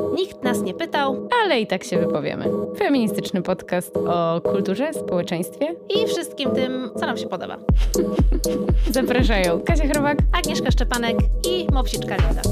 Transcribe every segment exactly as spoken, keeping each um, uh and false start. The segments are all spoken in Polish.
Nikt nas nie pytał, ale i tak się wypowiemy. Feministyczny podcast o kulturze, społeczeństwie i wszystkim tym, co nam się podoba. Zapraszają Kasia Chrobak, Agnieszka Szczepanek i Mopsiczka Linda.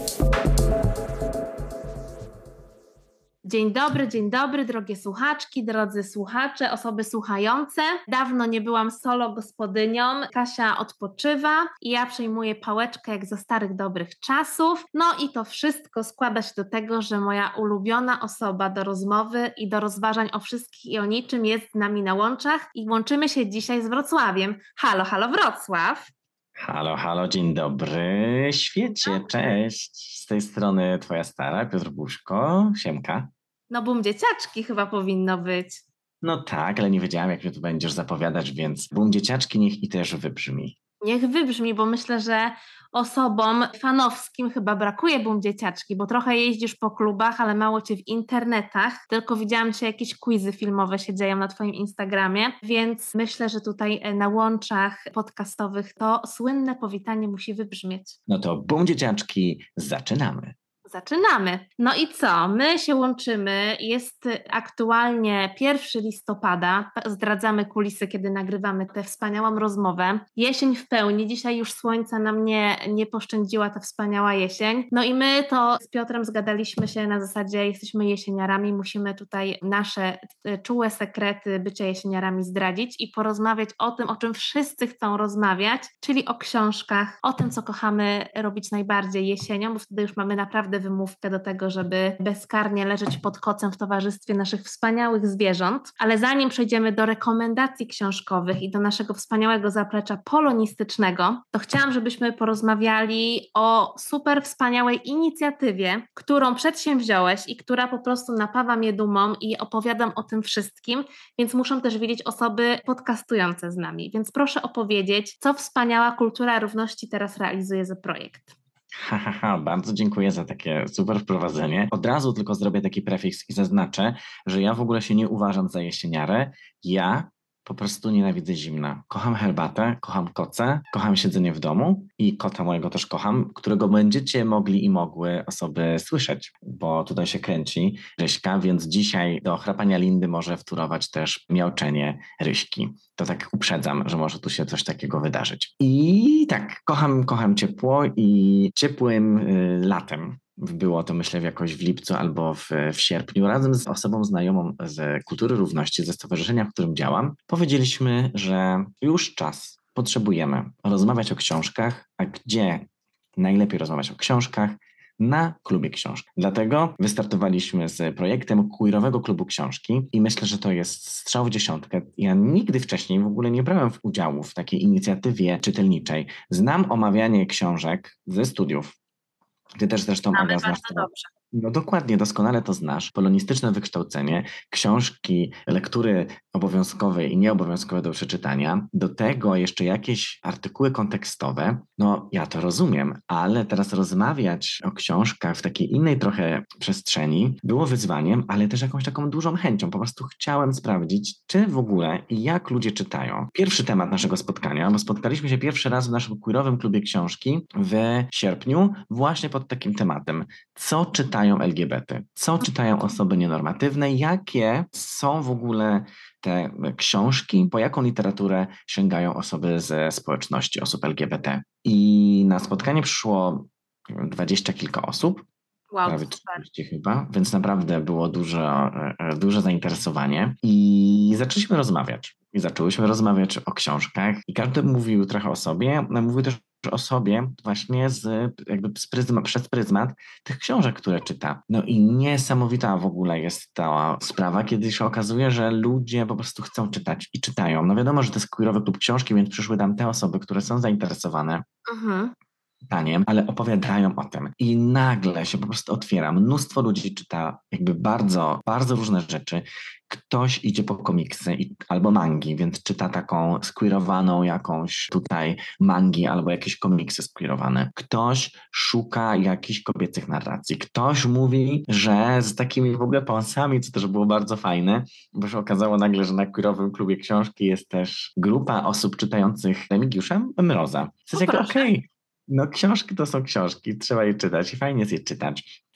Dzień dobry, dzień dobry, drogie słuchaczki, drodzy słuchacze, osoby słuchające. Dawno nie byłam solo gospodynią. Kasia odpoczywa i ja przejmuję pałeczkę jak za starych dobrych czasów. No i to wszystko składa się do tego, że moja ulubiona osoba do rozmowy i do rozważań o wszystkich i o niczym jest z nami na łączach i łączymy się dzisiaj z Wrocławiem. Halo, halo Wrocław! Halo, halo, dzień dobry świecie, cześć. Z tej strony twoja stara, Piotr Buszko, siemka. No bum dzieciaczki chyba powinno być. No tak, ale nie wiedziałam, jak mnie tu będziesz zapowiadać, więc bum dzieciaczki niech i też wybrzmi. Niech wybrzmi, bo myślę, że osobom fanowskim chyba brakuje bum dzieciaczki, bo trochę jeździsz po klubach, ale mało cię w internetach, tylko widziałam cię, jakieś quizy filmowe się dzieją na twoim Instagramie, więc myślę, że tutaj na łączach podcastowych to słynne powitanie musi wybrzmieć. No to bum dzieciaczki, zaczynamy. Zaczynamy. No i co? My się łączymy. Jest aktualnie pierwszego listopada. Zdradzamy kulisy, kiedy nagrywamy tę wspaniałą rozmowę. Jesień w pełni. Dzisiaj już słońca nam nie, nie poszczędziła ta wspaniała jesień. No i my to z Piotrem zgadaliśmy się na zasadzie jesteśmy jesieniarami, musimy tutaj nasze czułe sekrety bycia jesieniarami zdradzić i porozmawiać o tym, o czym wszyscy chcą rozmawiać, czyli o książkach, o tym, co kochamy robić najbardziej jesienią, bo wtedy już mamy naprawdę wymówkę do tego, żeby bezkarnie leżeć pod kocem w towarzystwie naszych wspaniałych zwierząt. Ale zanim przejdziemy do rekomendacji książkowych i do naszego wspaniałego zaplecza polonistycznego, to chciałam, żebyśmy porozmawiali o super wspaniałej inicjatywie, którą przedsięwziąłeś i która po prostu napawa mnie dumą i opowiadam o tym wszystkim, więc muszą też wiedzieć osoby podcastujące z nami. Więc proszę opowiedzieć, co Wspaniała Kultura Równości teraz realizuje za projekt. Ha, ha, ha, bardzo dziękuję za takie super wprowadzenie. Od razu tylko zrobię taki prefiks i zaznaczę, że ja w ogóle się nie uważam za jesieniarę. Ja po prostu nienawidzę zimna. Kocham herbatę, kocham koce, kocham siedzenie w domu i kota mojego też kocham, którego będziecie mogli i mogły osoby słyszeć, bo tutaj się kręci Ryśka, więc dzisiaj do chrapania Lindy może wtórować też miauczenie Ryśki. To tak uprzedzam, że może tu się coś takiego wydarzyć. I tak, kocham, kocham ciepło i ciepłym y, latem. Było to, myślę, jakoś w lipcu albo w, w sierpniu, razem z osobą znajomą z Kultury Równości, ze stowarzyszenia, w którym działam, powiedzieliśmy, że już czas, potrzebujemy rozmawiać o książkach, a gdzie najlepiej rozmawiać o książkach? Na klubie książki. Dlatego wystartowaliśmy z projektem queerowego klubu książki i myślę, że to jest strzał w dziesiątkę. Ja nigdy wcześniej w ogóle nie brałem udziału w takiej inicjatywie czytelniczej. Znam omawianie książek ze studiów. Ty też zresztą, Aga, znasz to. Dobrze. No dokładnie, doskonale to znasz. Polonistyczne wykształcenie, książki, lektury obowiązkowe i nieobowiązkowe do przeczytania, do tego jeszcze jakieś artykuły kontekstowe. No ja to rozumiem, ale teraz rozmawiać o książkach w takiej innej trochę przestrzeni było wyzwaniem, ale też jakąś taką dużą chęcią. Po prostu chciałem sprawdzić, czy w ogóle i jak ludzie czytają. Pierwszy temat naszego spotkania, bo spotkaliśmy się pierwszy raz w naszym queerowym klubie książki w sierpniu właśnie pod takim tematem. Co czytają L G B T? Co czytają osoby nienormatywne? Jakie są w ogóle te książki? Po jaką literaturę sięgają osoby ze społeczności osób L G B T? I na spotkanie przyszło dwadzieścia kilka osób. Wow, prawie trzydzieści chyba, więc naprawdę było dużo, duże zainteresowanie i zaczęliśmy rozmawiać. I zaczęłyśmy rozmawiać o książkach i każdy mówił trochę o sobie, no mówił też o sobie właśnie z, jakby z pryzma, przez pryzmat tych książek, które czyta. No i niesamowita w ogóle jest ta sprawa, kiedy się okazuje, że ludzie po prostu chcą czytać i czytają. No wiadomo, że to jest queerowy klub książki, więc przyszły tam te osoby, które są zainteresowane mhm. czytaniem, ale opowiadają o tym. I nagle się po prostu otwiera. Mnóstwo ludzi czyta jakby bardzo, bardzo różne rzeczy. Ktoś idzie po komiksy i, albo mangi, więc czyta taką squeerowaną jakąś tutaj mangi albo jakieś komiksy squeerowane. Ktoś szuka jakichś kobiecych narracji. Ktoś mówi, że z takimi w ogóle pensami, co też było bardzo fajne, bo się okazało nagle, że na queerowym klubie książki jest też grupa osób czytających Remigiusza Mroza. To jest jak okej. Okay. No książki to są książki, trzeba je czytać i fajnie jest je czytać.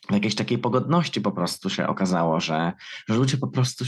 w jakiejś takiej pogodności po prostu się okazało, że, że ludzie po prostu...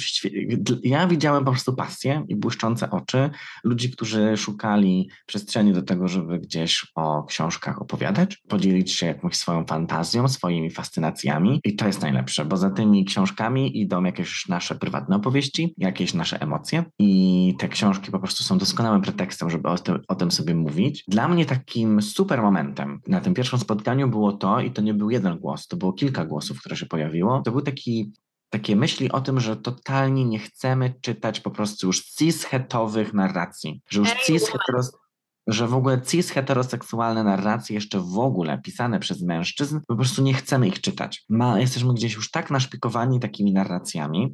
Ja widziałem po prostu pasję i błyszczące oczy ludzi, którzy szukali przestrzeni do tego, żeby gdzieś o książkach opowiadać, podzielić się jakąś swoją fantazją, swoimi fascynacjami i to jest najlepsze, bo za tymi książkami idą jakieś nasze prywatne opowieści, jakieś nasze emocje i te książki po prostu są doskonałym pretekstem, żeby o tym, o tym sobie mówić. Dla mnie takim super momentem na tym pierwszym spotkaniu było to, i to nie był jeden głos, to było kilka głosów, które się pojawiło, to był taki takie myśli o tym, że totalnie nie chcemy czytać po prostu już cis-hetowych narracji, że już cis-heteros... że w ogóle cis-heteroseksualne narracje jeszcze w ogóle pisane przez mężczyzn, po prostu nie chcemy ich czytać. Ma, jesteśmy gdzieś już tak naszpikowani takimi narracjami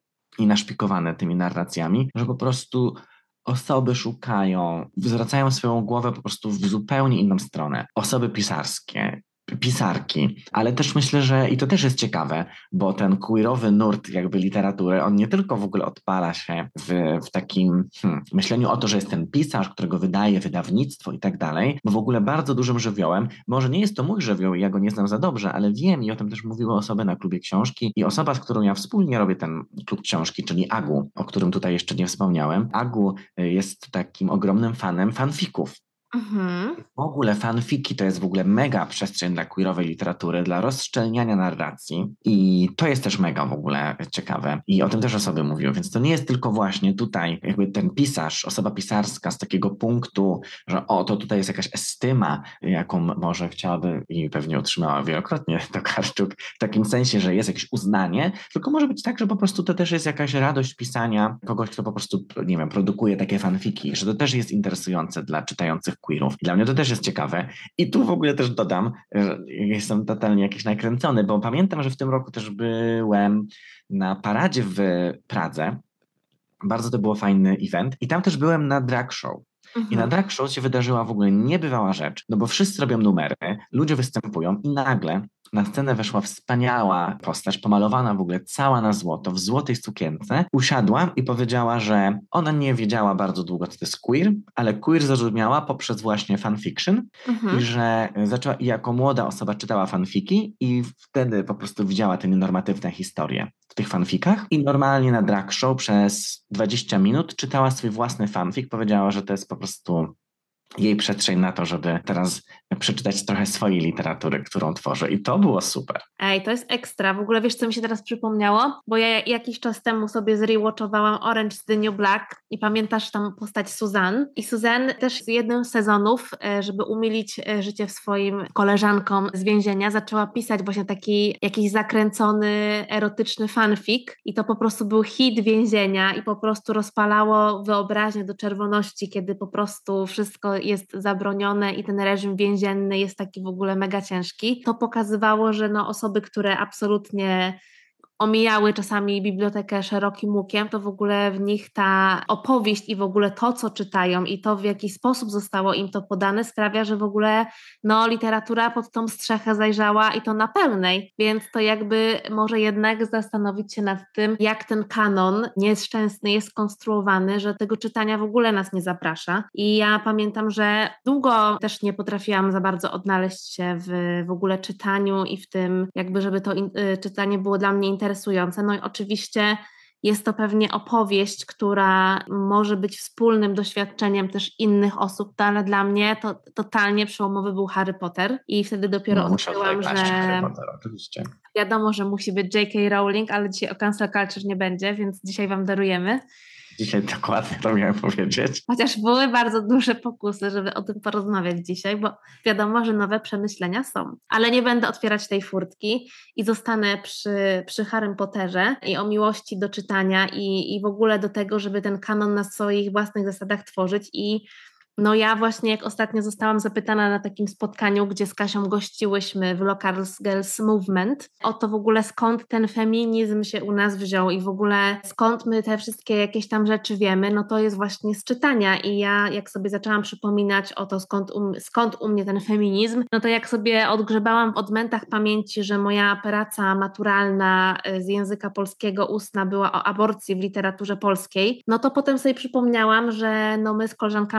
i naszpikowane tymi narracjami, że po prostu osoby szukają, zwracają swoją głowę po prostu w zupełnie inną stronę. Osoby pisarskie, pisarki, ale też myślę, że i to też jest ciekawe, bo ten queerowy nurt jakby literatury, on nie tylko w ogóle odpala się w, w takim hmm, myśleniu o to, że jest ten pisarz, którego wydaje wydawnictwo i tak dalej, bo w ogóle bardzo dużym żywiołem, może nie jest to mój żywioł i ja go nie znam za dobrze, ale wiem i o tym też mówiły osoby na klubie książki i osoba, z którą ja wspólnie robię ten klub książki, czyli Agu, o którym tutaj jeszcze nie wspomniałem. Agu jest takim ogromnym fanem fanfików. Mhm. W ogóle fanfiki to jest w ogóle mega przestrzeń dla queerowej literatury, dla rozszczelniania narracji i to jest też mega w ogóle ciekawe i o tym też osoby mówiły, więc to nie jest tylko właśnie tutaj jakby ten pisarz, osoba pisarska z takiego punktu, że o, to tutaj jest jakaś estyma, jaką może chciałaby i pewnie otrzymała wielokrotnie Tokarczuk, w takim sensie, że jest jakieś uznanie, tylko może być tak, że po prostu to też jest jakaś radość pisania kogoś, kto po prostu, nie wiem, produkuje takie fanfiki, że to też jest interesujące dla czytających queerów. I dla mnie to też jest ciekawe. I tu w ogóle też dodam, że jestem totalnie jakiś nakręcony, bo pamiętam, że w tym roku też byłem na paradzie w Pradze. Bardzo to było fajny event. I tam też byłem na drag show. Mhm. I na drag show się wydarzyła w ogóle niebywała rzecz, no bo wszyscy robią numery, ludzie występują i nagle na scenę weszła wspaniała postać, pomalowana w ogóle cała na złoto, w złotej sukience. Usiadła i powiedziała, że ona nie wiedziała bardzo długo, co to jest queer, ale queer zrozumiała poprzez właśnie fanfiction mhm. i że zaczęła, i jako młoda osoba czytała fanfiki i wtedy po prostu widziała te nienormatywne historie w tych fanfikach i normalnie na drag show przez dwadzieścia minut czytała swój własny fanfic. Powiedziała, że to jest po prostu jej przestrzeń na to, żeby teraz przeczytać trochę swojej literatury, którą tworzy. I to było super. Ej, to jest ekstra. W ogóle wiesz, co mi się teraz przypomniało? Bo ja jakiś czas temu sobie zrewatchowałam Orange is the New Black i pamiętasz tam postać Suzanne? I Suzanne też z jednym z sezonów, żeby umilić życie swoim koleżankom z więzienia, zaczęła pisać właśnie taki jakiś zakręcony, erotyczny fanfic i to po prostu był hit więzienia i po prostu rozpalało wyobraźnię do czerwoności, kiedy po prostu wszystko jest zabronione i ten reżim więzienny jest taki w ogóle mega ciężki. To pokazywało, że no osoby, które absolutnie omijały czasami bibliotekę szerokim łukiem, to w ogóle w nich ta opowieść i w ogóle to, co czytają i to, w jaki sposób zostało im to podane, sprawia, że w ogóle no, literatura pod tą strzechę zajrzała i to na pełnej, więc to jakby może jednak zastanowić się nad tym, jak ten kanon nieszczęsny jest skonstruowany, że tego czytania w ogóle nas nie zaprasza. I ja pamiętam, że długo też nie potrafiłam za bardzo odnaleźć się w, w ogóle czytaniu i w tym jakby, żeby to in, y, czytanie było dla mnie interesujące. No i oczywiście jest to pewnie opowieść, która może być wspólnym doświadczeniem też innych osób, ale dla mnie to totalnie przełomowy był Harry Potter i wtedy dopiero no, odkryłam, że Harry Potter, oczywiście. Wiadomo, że musi być J K Rowling, ale dzisiaj o cancel culture nie będzie, więc dzisiaj Wam darujemy. Dzisiaj dokładnie to miałem powiedzieć. Chociaż były bardzo duże pokusy, żeby o tym porozmawiać dzisiaj, bo wiadomo, że nowe przemyślenia są. Ale nie będę otwierać tej furtki i zostanę przy, przy Harrym Potterze i o miłości do czytania i, i w ogóle do tego, żeby ten kanon na swoich własnych zasadach tworzyć i no ja właśnie jak ostatnio zostałam zapytana na takim spotkaniu, gdzie z Kasią gościłyśmy w Local Girls Movement, o to w ogóle skąd ten feminizm się u nas wziął i w ogóle skąd my te wszystkie jakieś tam rzeczy wiemy, no to jest właśnie z czytania i ja jak sobie zaczęłam przypominać o to skąd u, skąd u mnie ten feminizm, no to jak sobie odgrzebałam w odmętach pamięci, że moja praca maturalna z języka polskiego ustna była o aborcji w literaturze polskiej, no to potem sobie przypomniałam, że no my z koleżankami w liceum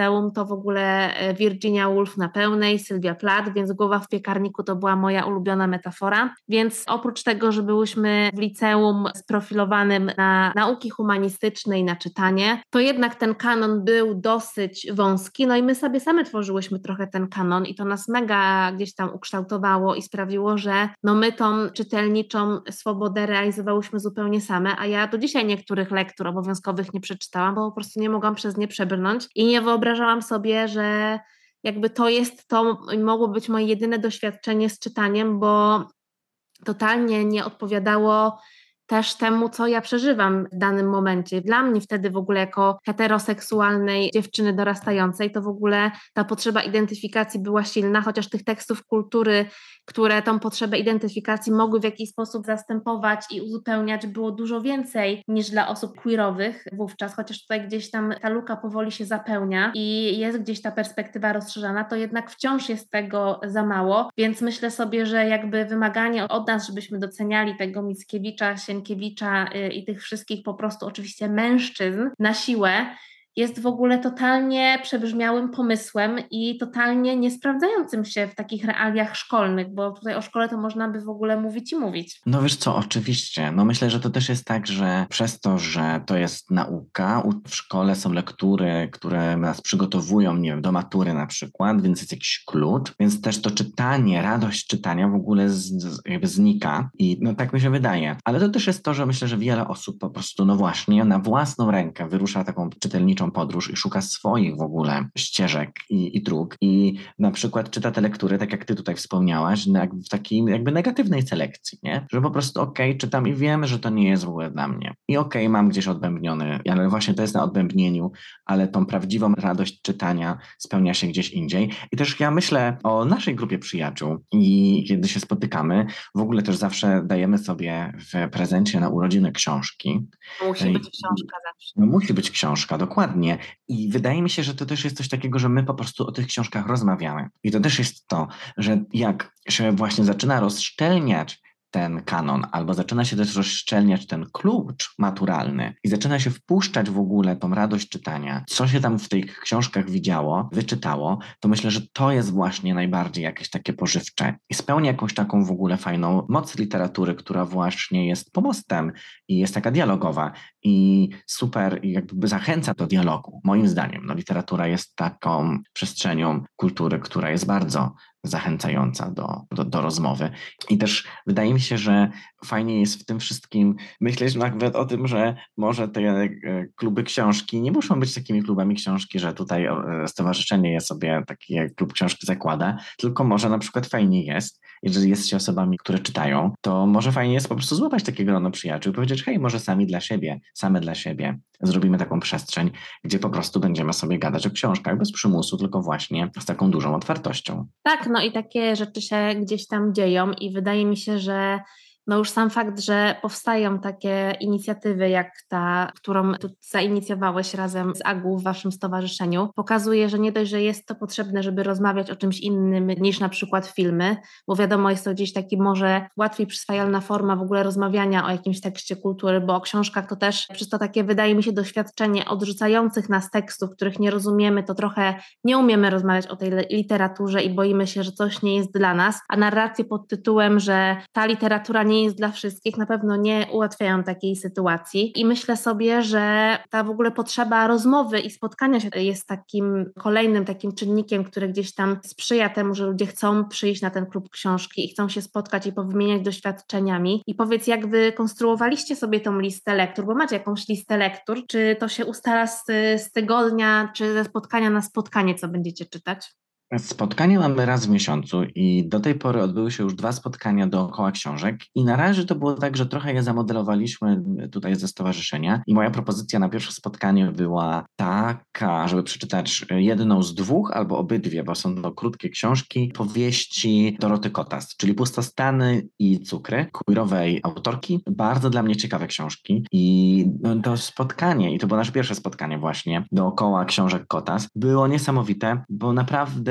liceum to w ogóle Virginia Woolf na pełnej, Sylwia Plath, więc głowa w piekarniku to była moja ulubiona metafora. Więc oprócz tego, że byłyśmy w liceum sprofilowanym na nauki humanistyczne i na czytanie, to jednak ten kanon był dosyć wąski, no i my sobie same tworzyłyśmy trochę ten kanon i to nas mega gdzieś tam ukształtowało i sprawiło, że no my tą czytelniczą swobodę realizowałyśmy zupełnie same, a ja do dzisiaj niektórych lektur obowiązkowych nie przeczytałam, bo po prostu nie mogłam przez nie przebrnąć i nie wyobrażałam sobie, że jakby to jest to, mogło być moje jedyne doświadczenie z czytaniem, bo totalnie nie odpowiadało też temu, co ja przeżywam w danym momencie. Dla mnie wtedy w ogóle jako heteroseksualnej dziewczyny dorastającej to w ogóle ta potrzeba identyfikacji była silna, chociaż tych tekstów kultury, które tą potrzebę identyfikacji mogły w jakiś sposób zastępować i uzupełniać, było dużo więcej niż dla osób queerowych wówczas, chociaż tutaj gdzieś tam ta luka powoli się zapełnia i jest gdzieś ta perspektywa rozszerzana, to jednak wciąż jest tego za mało, więc myślę sobie, że jakby wymaganie od nas, żebyśmy doceniali tego Mickiewicza, Sienkiewicza i tych wszystkich po prostu oczywiście mężczyzn na siłę, jest w ogóle totalnie przebrzmiałym pomysłem i totalnie nie sprawdzającym się w takich realiach szkolnych, bo tutaj o szkole to można by w ogóle mówić i mówić. No wiesz co, oczywiście. No myślę, że to też jest tak, że przez to, że to jest nauka, w szkole są lektury, które nas przygotowują, nie wiem, do matury na przykład, więc jest jakiś klucz, więc też to czytanie, radość czytania w ogóle z, z, jakby znika i no tak mi się wydaje. Ale to też jest to, że myślę, że wiele osób po prostu, no właśnie, na własną rękę wyrusza taką czytelniczą podróż i szuka swoich w ogóle ścieżek i, i dróg i na przykład czyta te lektury, tak jak ty tutaj wspomniałaś, w takiej jakby negatywnej selekcji, nie? Że po prostu okej, okay, czytam i wiem, że to nie jest w ogóle dla mnie. I okej, okay, mam gdzieś odbębniony, ale właśnie to jest na odbębnieniu, ale tą prawdziwą radość czytania spełnia się gdzieś indziej. I też ja myślę o naszej grupie przyjaciół i kiedy się spotykamy, w ogóle też zawsze dajemy sobie w prezencie na urodziny książki. Musi być książka zawsze. No, musi być książka, dokładnie. I wydaje mi się, że to też jest coś takiego, że my po prostu o tych książkach rozmawiamy. I to też jest to, że jak się właśnie zaczyna rozszczelniać ten kanon, albo zaczyna się też rozszczelniać ten klucz maturalny i zaczyna się wpuszczać w ogóle tą radość czytania, co się tam w tych książkach widziało, wyczytało, to myślę, że to jest właśnie najbardziej jakieś takie pożywcze i spełnia jakąś taką w ogóle fajną moc literatury, która właśnie jest pomostem i jest taka dialogowa i super i jakby zachęca do dialogu. Moim zdaniem, no literatura jest taką przestrzenią kultury, która jest bardzo zachęcająca do, do, do rozmowy. I też wydaje mi się, że fajnie jest w tym wszystkim myśleć nawet o tym, że może te e, kluby książki nie muszą być takimi klubami książki, że tutaj e, stowarzyszenie je sobie taki klub książki zakłada, tylko może na przykład fajnie jest, jeżeli jest się osobami, które czytają, to może fajnie jest po prostu złapać takie grono przyjaciół i powiedzieć, hej, może sami dla siebie, same dla siebie zrobimy taką przestrzeń, gdzie po prostu będziemy sobie gadać o książkach bez przymusu, tylko właśnie z taką dużą otwartością. Tak, no i takie rzeczy się gdzieś tam dzieją i wydaje mi się, że no już sam fakt, że powstają takie inicjatywy jak ta, którą tu zainicjowałeś razem z Agu w waszym stowarzyszeniu, pokazuje, że nie dość, że jest to potrzebne, żeby rozmawiać o czymś innym niż na przykład filmy, bo wiadomo, jest to gdzieś taki może łatwiej przyswajalna forma w ogóle rozmawiania o jakimś tekście kultury, bo o książkach to też przez to takie, wydaje mi się, doświadczenie odrzucających nas tekstów, których nie rozumiemy, to trochę nie umiemy rozmawiać o tej literaturze i boimy się, że coś nie jest dla nas, a narracje pod tytułem, że ta literatura nie jest dla wszystkich, na pewno nie ułatwiają takiej sytuacji i myślę sobie, że ta w ogóle potrzeba rozmowy i spotkania się jest takim kolejnym takim czynnikiem, który gdzieś tam sprzyja temu, że ludzie chcą przyjść na ten klub książki i chcą się spotkać i powymieniać doświadczeniami. I powiedz, jak wy konstruowaliście sobie tą listę lektur, bo macie jakąś listę lektur, czy to się ustala z, z tygodnia, czy ze spotkania na spotkanie, co będziecie czytać? Spotkania mamy raz w miesiącu i do tej pory odbyły się już dwa spotkania dookoła książek i na razie to było tak, że trochę je zamodelowaliśmy tutaj ze stowarzyszenia i moja propozycja na pierwsze spotkanie była taka, żeby przeczytać jedną z dwóch albo obydwie, bo są to krótkie książki, powieści Doroty Kotas, czyli Pustostany i Cukry, queerowej autorki. Bardzo dla mnie ciekawe książki i to spotkanie, i to było nasze pierwsze spotkanie właśnie dookoła książek Kotas, było niesamowite, bo naprawdę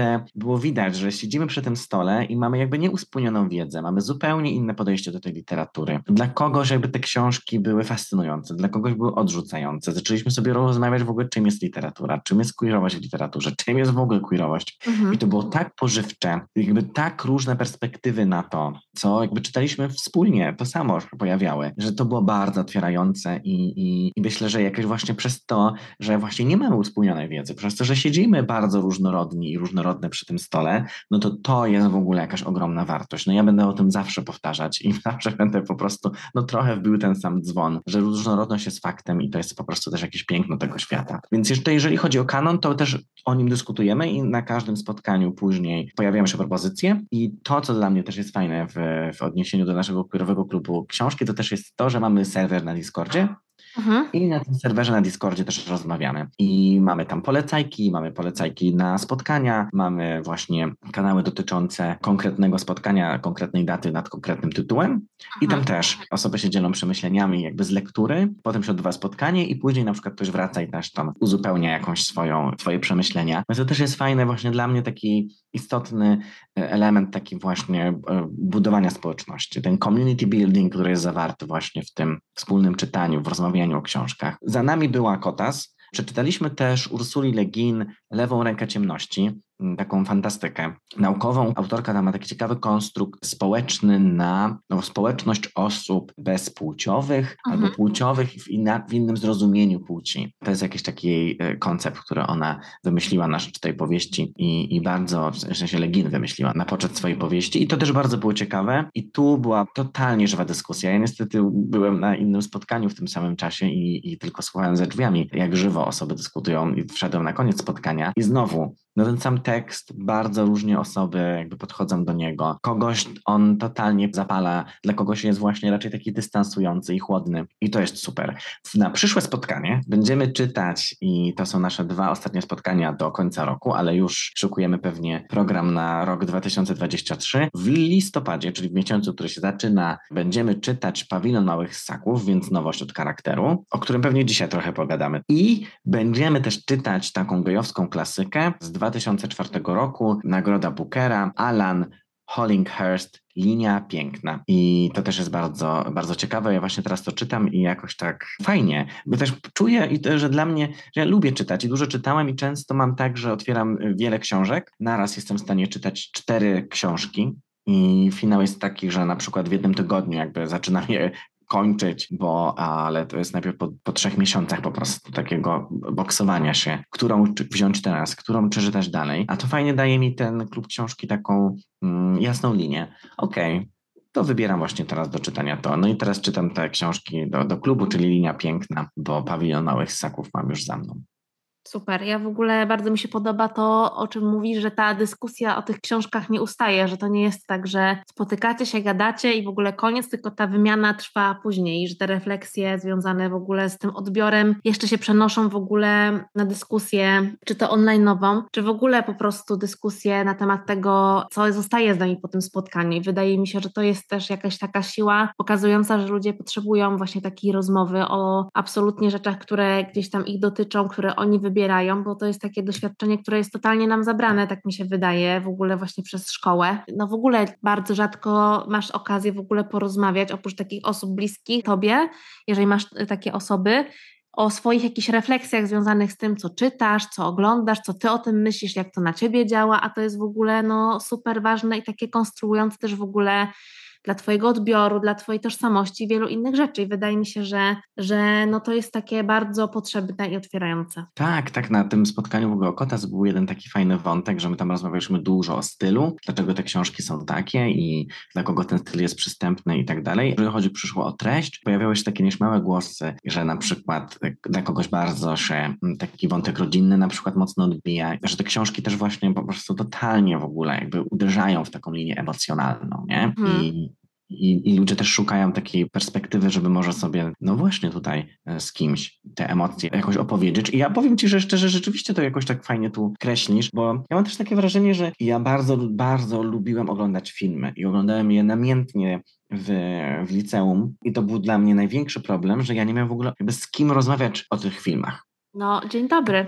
ogóle było widać, że siedzimy przy tym stole i mamy jakby nieuspójnioną wiedzę, mamy zupełnie inne podejście do tej literatury. Dla kogoś jakby te książki były fascynujące, dla kogoś były odrzucające. Zaczęliśmy sobie rozmawiać w ogóle, czym jest literatura, czym jest queerowość w literaturze, czym jest w ogóle queerowość. Mhm. I to było tak pożywcze, jakby tak różne perspektywy na to, co jakby czytaliśmy wspólnie, to samo pojawiały, że to było bardzo otwierające i, i, i myślę, że jakoś właśnie przez to, że właśnie nie mamy uspójnionej wiedzy, przez to, że siedzimy bardzo różnorodni i różnorodne przy tym stole, no to to jest w ogóle jakaś ogromna wartość. No ja będę o tym zawsze powtarzać i zawsze będę po prostu, no trochę wbił ten sam dzwon, że różnorodność jest faktem i to jest po prostu też jakieś piękno tego świata. Więc jeszcze jeżeli chodzi o kanon, to też o nim dyskutujemy i na każdym spotkaniu później pojawiają się propozycje i to, co dla mnie też jest fajne w, w odniesieniu do naszego queerowego klubu książki, to też jest to, że mamy serwer na Discordzie. Mhm. I na tym serwerze na Discordzie też rozmawiamy. I mamy tam polecajki, mamy polecajki na spotkania, mamy właśnie kanały dotyczące konkretnego spotkania, konkretnej daty nad konkretnym tytułem. Mhm. I tam też osoby się dzielą przemyśleniami jakby z lektury, potem się odbywa spotkanie i później na przykład ktoś wraca i też tam uzupełnia jakąś swoją, swoje przemyślenia. Więc to też jest fajne właśnie dla mnie taki istotny element taki właśnie budowania społeczności. Ten community building, który jest zawarty właśnie w tym wspólnym czytaniu, w rozmawianiu o książkach. Za nami była Kotas. Przeczytaliśmy też Ursuli Le Guin Lewą rękę ciemności, taką fantastykę naukową. Autorka tam ma taki ciekawy konstrukt społeczny na no, społeczność osób bezpłciowych mhm. albo płciowych w, inna, w innym zrozumieniu płci. To jest jakiś taki jej koncept, który ona wymyśliła na rzecz tej powieści i, i bardzo, w sensie Le Guin wymyśliła na poczet swojej powieści i to też bardzo było ciekawe i tu była totalnie żywa dyskusja. Ja niestety byłem na innym spotkaniu w tym samym czasie i, i tylko słuchałem za drzwiami, jak żywo osoby dyskutują i wszedłem na koniec spotkania i znowu no ten sam tekst, bardzo różnie osoby jakby podchodzą do niego. Kogoś on totalnie zapala, dla kogoś jest właśnie raczej taki dystansujący i chłodny i to jest super. Na przyszłe spotkanie będziemy czytać i to są nasze dwa ostatnie spotkania do końca roku, ale już szykujemy pewnie program na rok dwa tysiące dwudziesty trzeci. W listopadzie, czyli w miesiącu, który się zaczyna, będziemy czytać Pawilon Małych Ssaków, więc nowość od charakteru, o którym pewnie dzisiaj trochę pogadamy. I będziemy też czytać taką gejowską klasykę z dwa tysiące czwartego roku, Nagroda Bookera, Alan Hollinghurst, Linia piękna. I to też jest bardzo, bardzo ciekawe. Ja właśnie teraz to czytam i jakoś tak fajnie, bo też czuję, i to, że dla mnie, że ja lubię czytać i dużo czytałem i często mam tak, że otwieram wiele książek. Naraz jestem w stanie czytać cztery książki i finał jest taki, że na przykład w jednym tygodniu jakby zaczynam je kończyć, bo ale to jest najpierw po, po trzech miesiącach po prostu takiego boksowania się, którą wziąć teraz, którą przeczytać dalej, a to fajnie daje mi ten klub książki taką mm, jasną linię. Okej, okay, to wybieram właśnie teraz do czytania to. No i teraz czytam te książki do, do klubu, czyli Linia piękna, bo Pawilon Małych Ssaków mam już za mną. Super. Ja w ogóle bardzo mi się podoba to, o czym mówisz, że ta dyskusja o tych książkach nie ustaje, że to nie jest tak, że spotykacie się, gadacie i w ogóle koniec, tylko ta wymiana trwa później, że te refleksje związane w ogóle z tym odbiorem jeszcze się przenoszą w ogóle na dyskusję, czy to online'ową, czy w ogóle po prostu dyskusję na temat tego, co zostaje z nami po tym spotkaniu. I wydaje mi się, że to jest też jakaś taka siła pokazująca, że ludzie potrzebują właśnie takiej rozmowy o absolutnie rzeczach, które gdzieś tam ich dotyczą, które oni wybierają, bo to jest takie doświadczenie, które jest totalnie nam zabrane, tak mi się wydaje, w ogóle właśnie przez szkołę. No w ogóle bardzo rzadko masz okazję w ogóle porozmawiać, oprócz takich osób bliskich tobie, jeżeli masz takie osoby, o swoich jakichś refleksjach związanych z tym, co czytasz, co oglądasz, co ty o tym myślisz, jak to na ciebie działa, a to jest w ogóle no super ważne i takie konstruujące też w ogóle dla twojego odbioru, dla twojej tożsamości i wielu innych rzeczy. I wydaje mi się, że, że no to jest takie bardzo potrzebne i otwierające. Tak, tak. Na tym spotkaniu w ogóle o Kotas był jeden taki fajny wątek, że my tam rozmawialiśmy dużo o stylu, dlaczego te książki są takie i dla kogo ten styl jest przystępny i tak dalej. Jeżeli chodzi przyszło o treść, pojawiały się takie nieśmiałe głosy, że na przykład dla kogoś bardzo się taki wątek rodzinny na przykład mocno odbija, że te książki też właśnie po prostu totalnie w ogóle jakby uderzają w taką linię emocjonalną, nie? Hmm. I I, I ludzie też szukają takiej perspektywy, żeby może sobie, no właśnie tutaj z kimś te emocje jakoś opowiedzieć. I ja powiem ci, że szczerze, rzeczywiście to jakoś tak fajnie tu kreślisz, bo ja mam też takie wrażenie, że ja bardzo, bardzo lubiłem oglądać filmy i oglądałem je namiętnie w, w liceum i to był dla mnie największy problem, że ja nie miałem w ogóle jakby z kim rozmawiać o tych filmach. No, dzień dobry.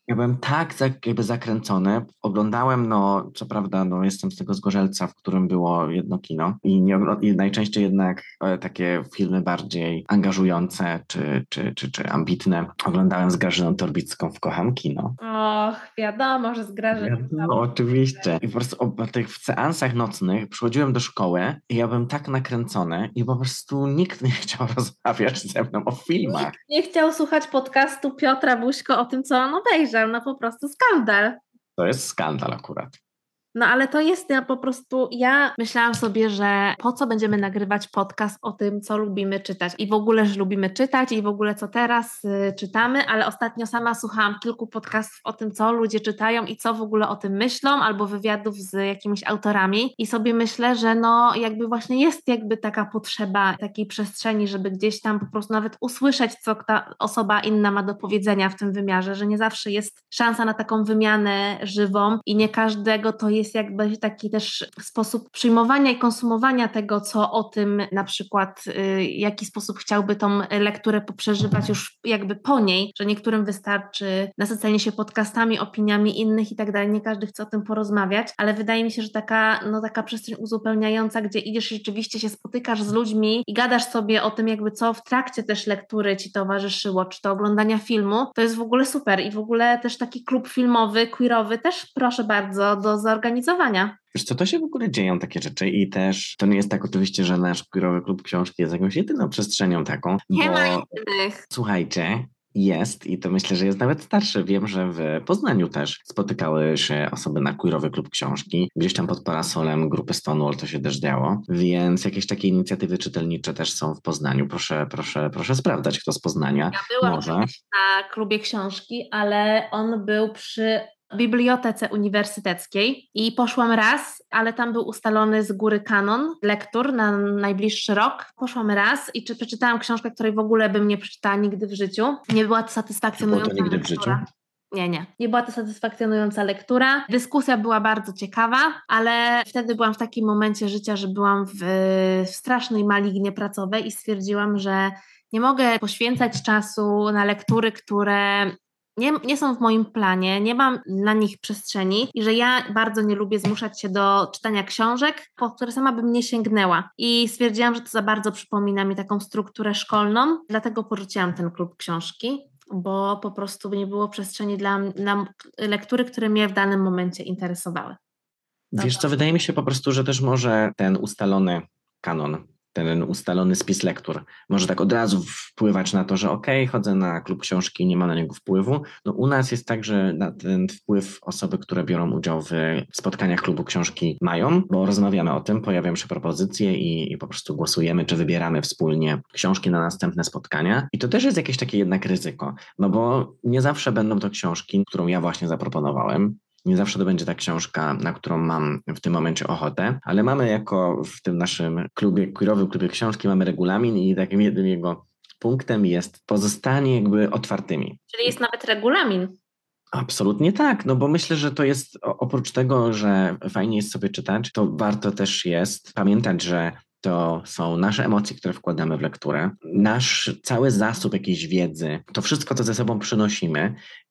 Ja byłem tak za, jakby zakręcony. Oglądałem, no co prawda, no jestem z tego Zgorzelca, w którym było jedno kino i, nie, i najczęściej jednak e, takie filmy bardziej angażujące czy, czy, czy, czy ambitne oglądałem z Grażyną Torbicką w Kocham Kino. Och, wiadomo, że z Grażyną. No, oczywiście. I po prostu o, o tych w seansach nocnych przychodziłem do szkoły i ja byłem tak nakręcony i po prostu nikt nie chciał rozmawiać ze mną o filmach. Nikt nie chciał słuchać podcastu Piotra Buźko o tym, co on obejrzał. No po prostu skandal. To jest skandal akurat. No ale to jest ja po prostu, ja myślałam sobie, że po co będziemy nagrywać podcast o tym, co lubimy czytać i w ogóle, że lubimy czytać i w ogóle co teraz y, czytamy, ale ostatnio sama słuchałam kilku podcastów o tym, co ludzie czytają i co w ogóle o tym myślą, albo wywiadów z jakimiś autorami i sobie myślę, że no jakby właśnie jest jakby taka potrzeba takiej przestrzeni, żeby gdzieś tam po prostu nawet usłyszeć, co ta osoba inna ma do powiedzenia w tym wymiarze, że nie zawsze jest szansa na taką wymianę żywą i nie każdego to jest jakby taki też sposób przyjmowania i konsumowania tego, co o tym na przykład, y, jaki sposób chciałby tą lekturę poprzeżywać już jakby po niej, że niektórym wystarczy nasycenie się podcastami, opiniami innych i tak dalej, nie każdy chce o tym porozmawiać, ale wydaje mi się, że taka, no taka przestrzeń uzupełniająca, gdzie idziesz i rzeczywiście się spotykasz z ludźmi i gadasz sobie o tym jakby co w trakcie też lektury ci towarzyszyło, czy to oglądania filmu, to jest w ogóle super i w ogóle też taki klub filmowy, queerowy też proszę bardzo do zorganizowania. Wiesz co, to się w ogóle dzieją takie rzeczy i też to nie jest tak oczywiście, że nasz queerowy klub książki jest jakąś jedyną przestrzenią taką, Nie bo ma innych. Słuchajcie, jest i to myślę, że jest nawet starszy. Wiem, że w Poznaniu też spotykały się osoby na queerowy klub książki. Gdzieś tam pod parasolem grupy Stonewall to się też działo, więc jakieś takie inicjatywy czytelnicze też są w Poznaniu. Proszę, proszę, proszę sprawdzać, kto z Poznania. Ja byłam może. Na klubie książki, ale on był przy bibliotece uniwersyteckiej i poszłam raz, ale tam był ustalony z góry kanon lektur na najbliższy rok. Poszłam raz i czy przeczytałam książkę, której w ogóle bym nie przeczytała nigdy w życiu. Nie była to satysfakcjonująca Było to nigdy w lektura. życiu? Nie, nie. Nie była to satysfakcjonująca lektura. Dyskusja była bardzo ciekawa, ale wtedy byłam w takim momencie życia, że byłam w, w strasznej malignie pracowej i stwierdziłam, że nie mogę poświęcać czasu na lektury, które nie, nie są w moim planie, nie mam na nich przestrzeni i że ja bardzo nie lubię zmuszać się do czytania książek, po które sama bym nie sięgnęła. I stwierdziłam, że to za bardzo przypomina mi taką strukturę szkolną, dlatego porzuciłam ten klub książki, bo po prostu nie było przestrzeni dla na lektury, które mnie w danym momencie interesowały. Wiesz co, wydaje mi się po prostu, że też może ten ustalony kanon, ten ustalony spis lektur może tak od razu wpływać na to, że okej, okay, chodzę na klub książki, nie ma na niego wpływu. No u nas jest tak, że na ten wpływ osoby, które biorą udział w spotkaniach klubu książki mają, bo rozmawiamy o tym, pojawiają się propozycje i, i po prostu głosujemy, czy wybieramy wspólnie książki na następne spotkania. I to też jest jakieś takie jednak ryzyko, no bo nie zawsze będą to książki, którą ja właśnie zaproponowałem. Nie zawsze to będzie ta książka, na którą mam w tym momencie ochotę, ale mamy jako w tym naszym klubie, queerowym klubie książki, mamy regulamin i takim jednym jego punktem jest pozostanie jakby otwartymi. Czyli jest nawet regulamin. Absolutnie tak, no bo myślę, że to jest oprócz tego, że fajnie jest sobie czytać, to warto też jest pamiętać, że to są nasze emocje, które wkładamy w lekturę, nasz cały zasób jakiejś wiedzy, to wszystko, co ze sobą przynosimy.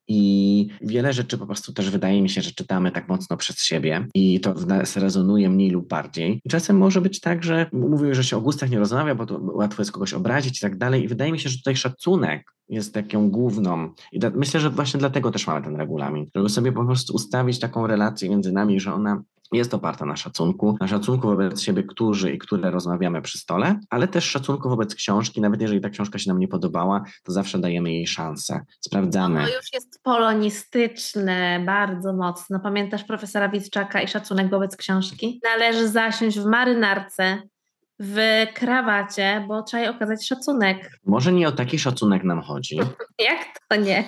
I wiele rzeczy po prostu też wydaje mi się, że czytamy tak mocno przez siebie i to w nas rezonuje mniej lub bardziej. I czasem może być tak, że mówił, że się o gustach nie rozmawia, bo to łatwo jest kogoś obrazić i tak dalej. I wydaje mi się, że tutaj szacunek jest taką główną. I da, myślę, że właśnie dlatego też mamy ten regulamin, żeby sobie po prostu ustawić taką relację między nami, że ona jest oparta na szacunku, na szacunku wobec siebie, którzy i które rozmawiamy przy stole, ale też szacunku wobec książki. Nawet jeżeli ta książka się nam nie podobała, to zawsze dajemy jej szansę. Sprawdzamy. No, to już jest polonistyczne, bardzo mocno. Pamiętasz profesora Witczaka i szacunek wobec książki? Należy zasiąść w marynarce, w krawacie, bo trzeba jej okazać szacunek. Może nie o taki szacunek nam chodzi. Jak to nie?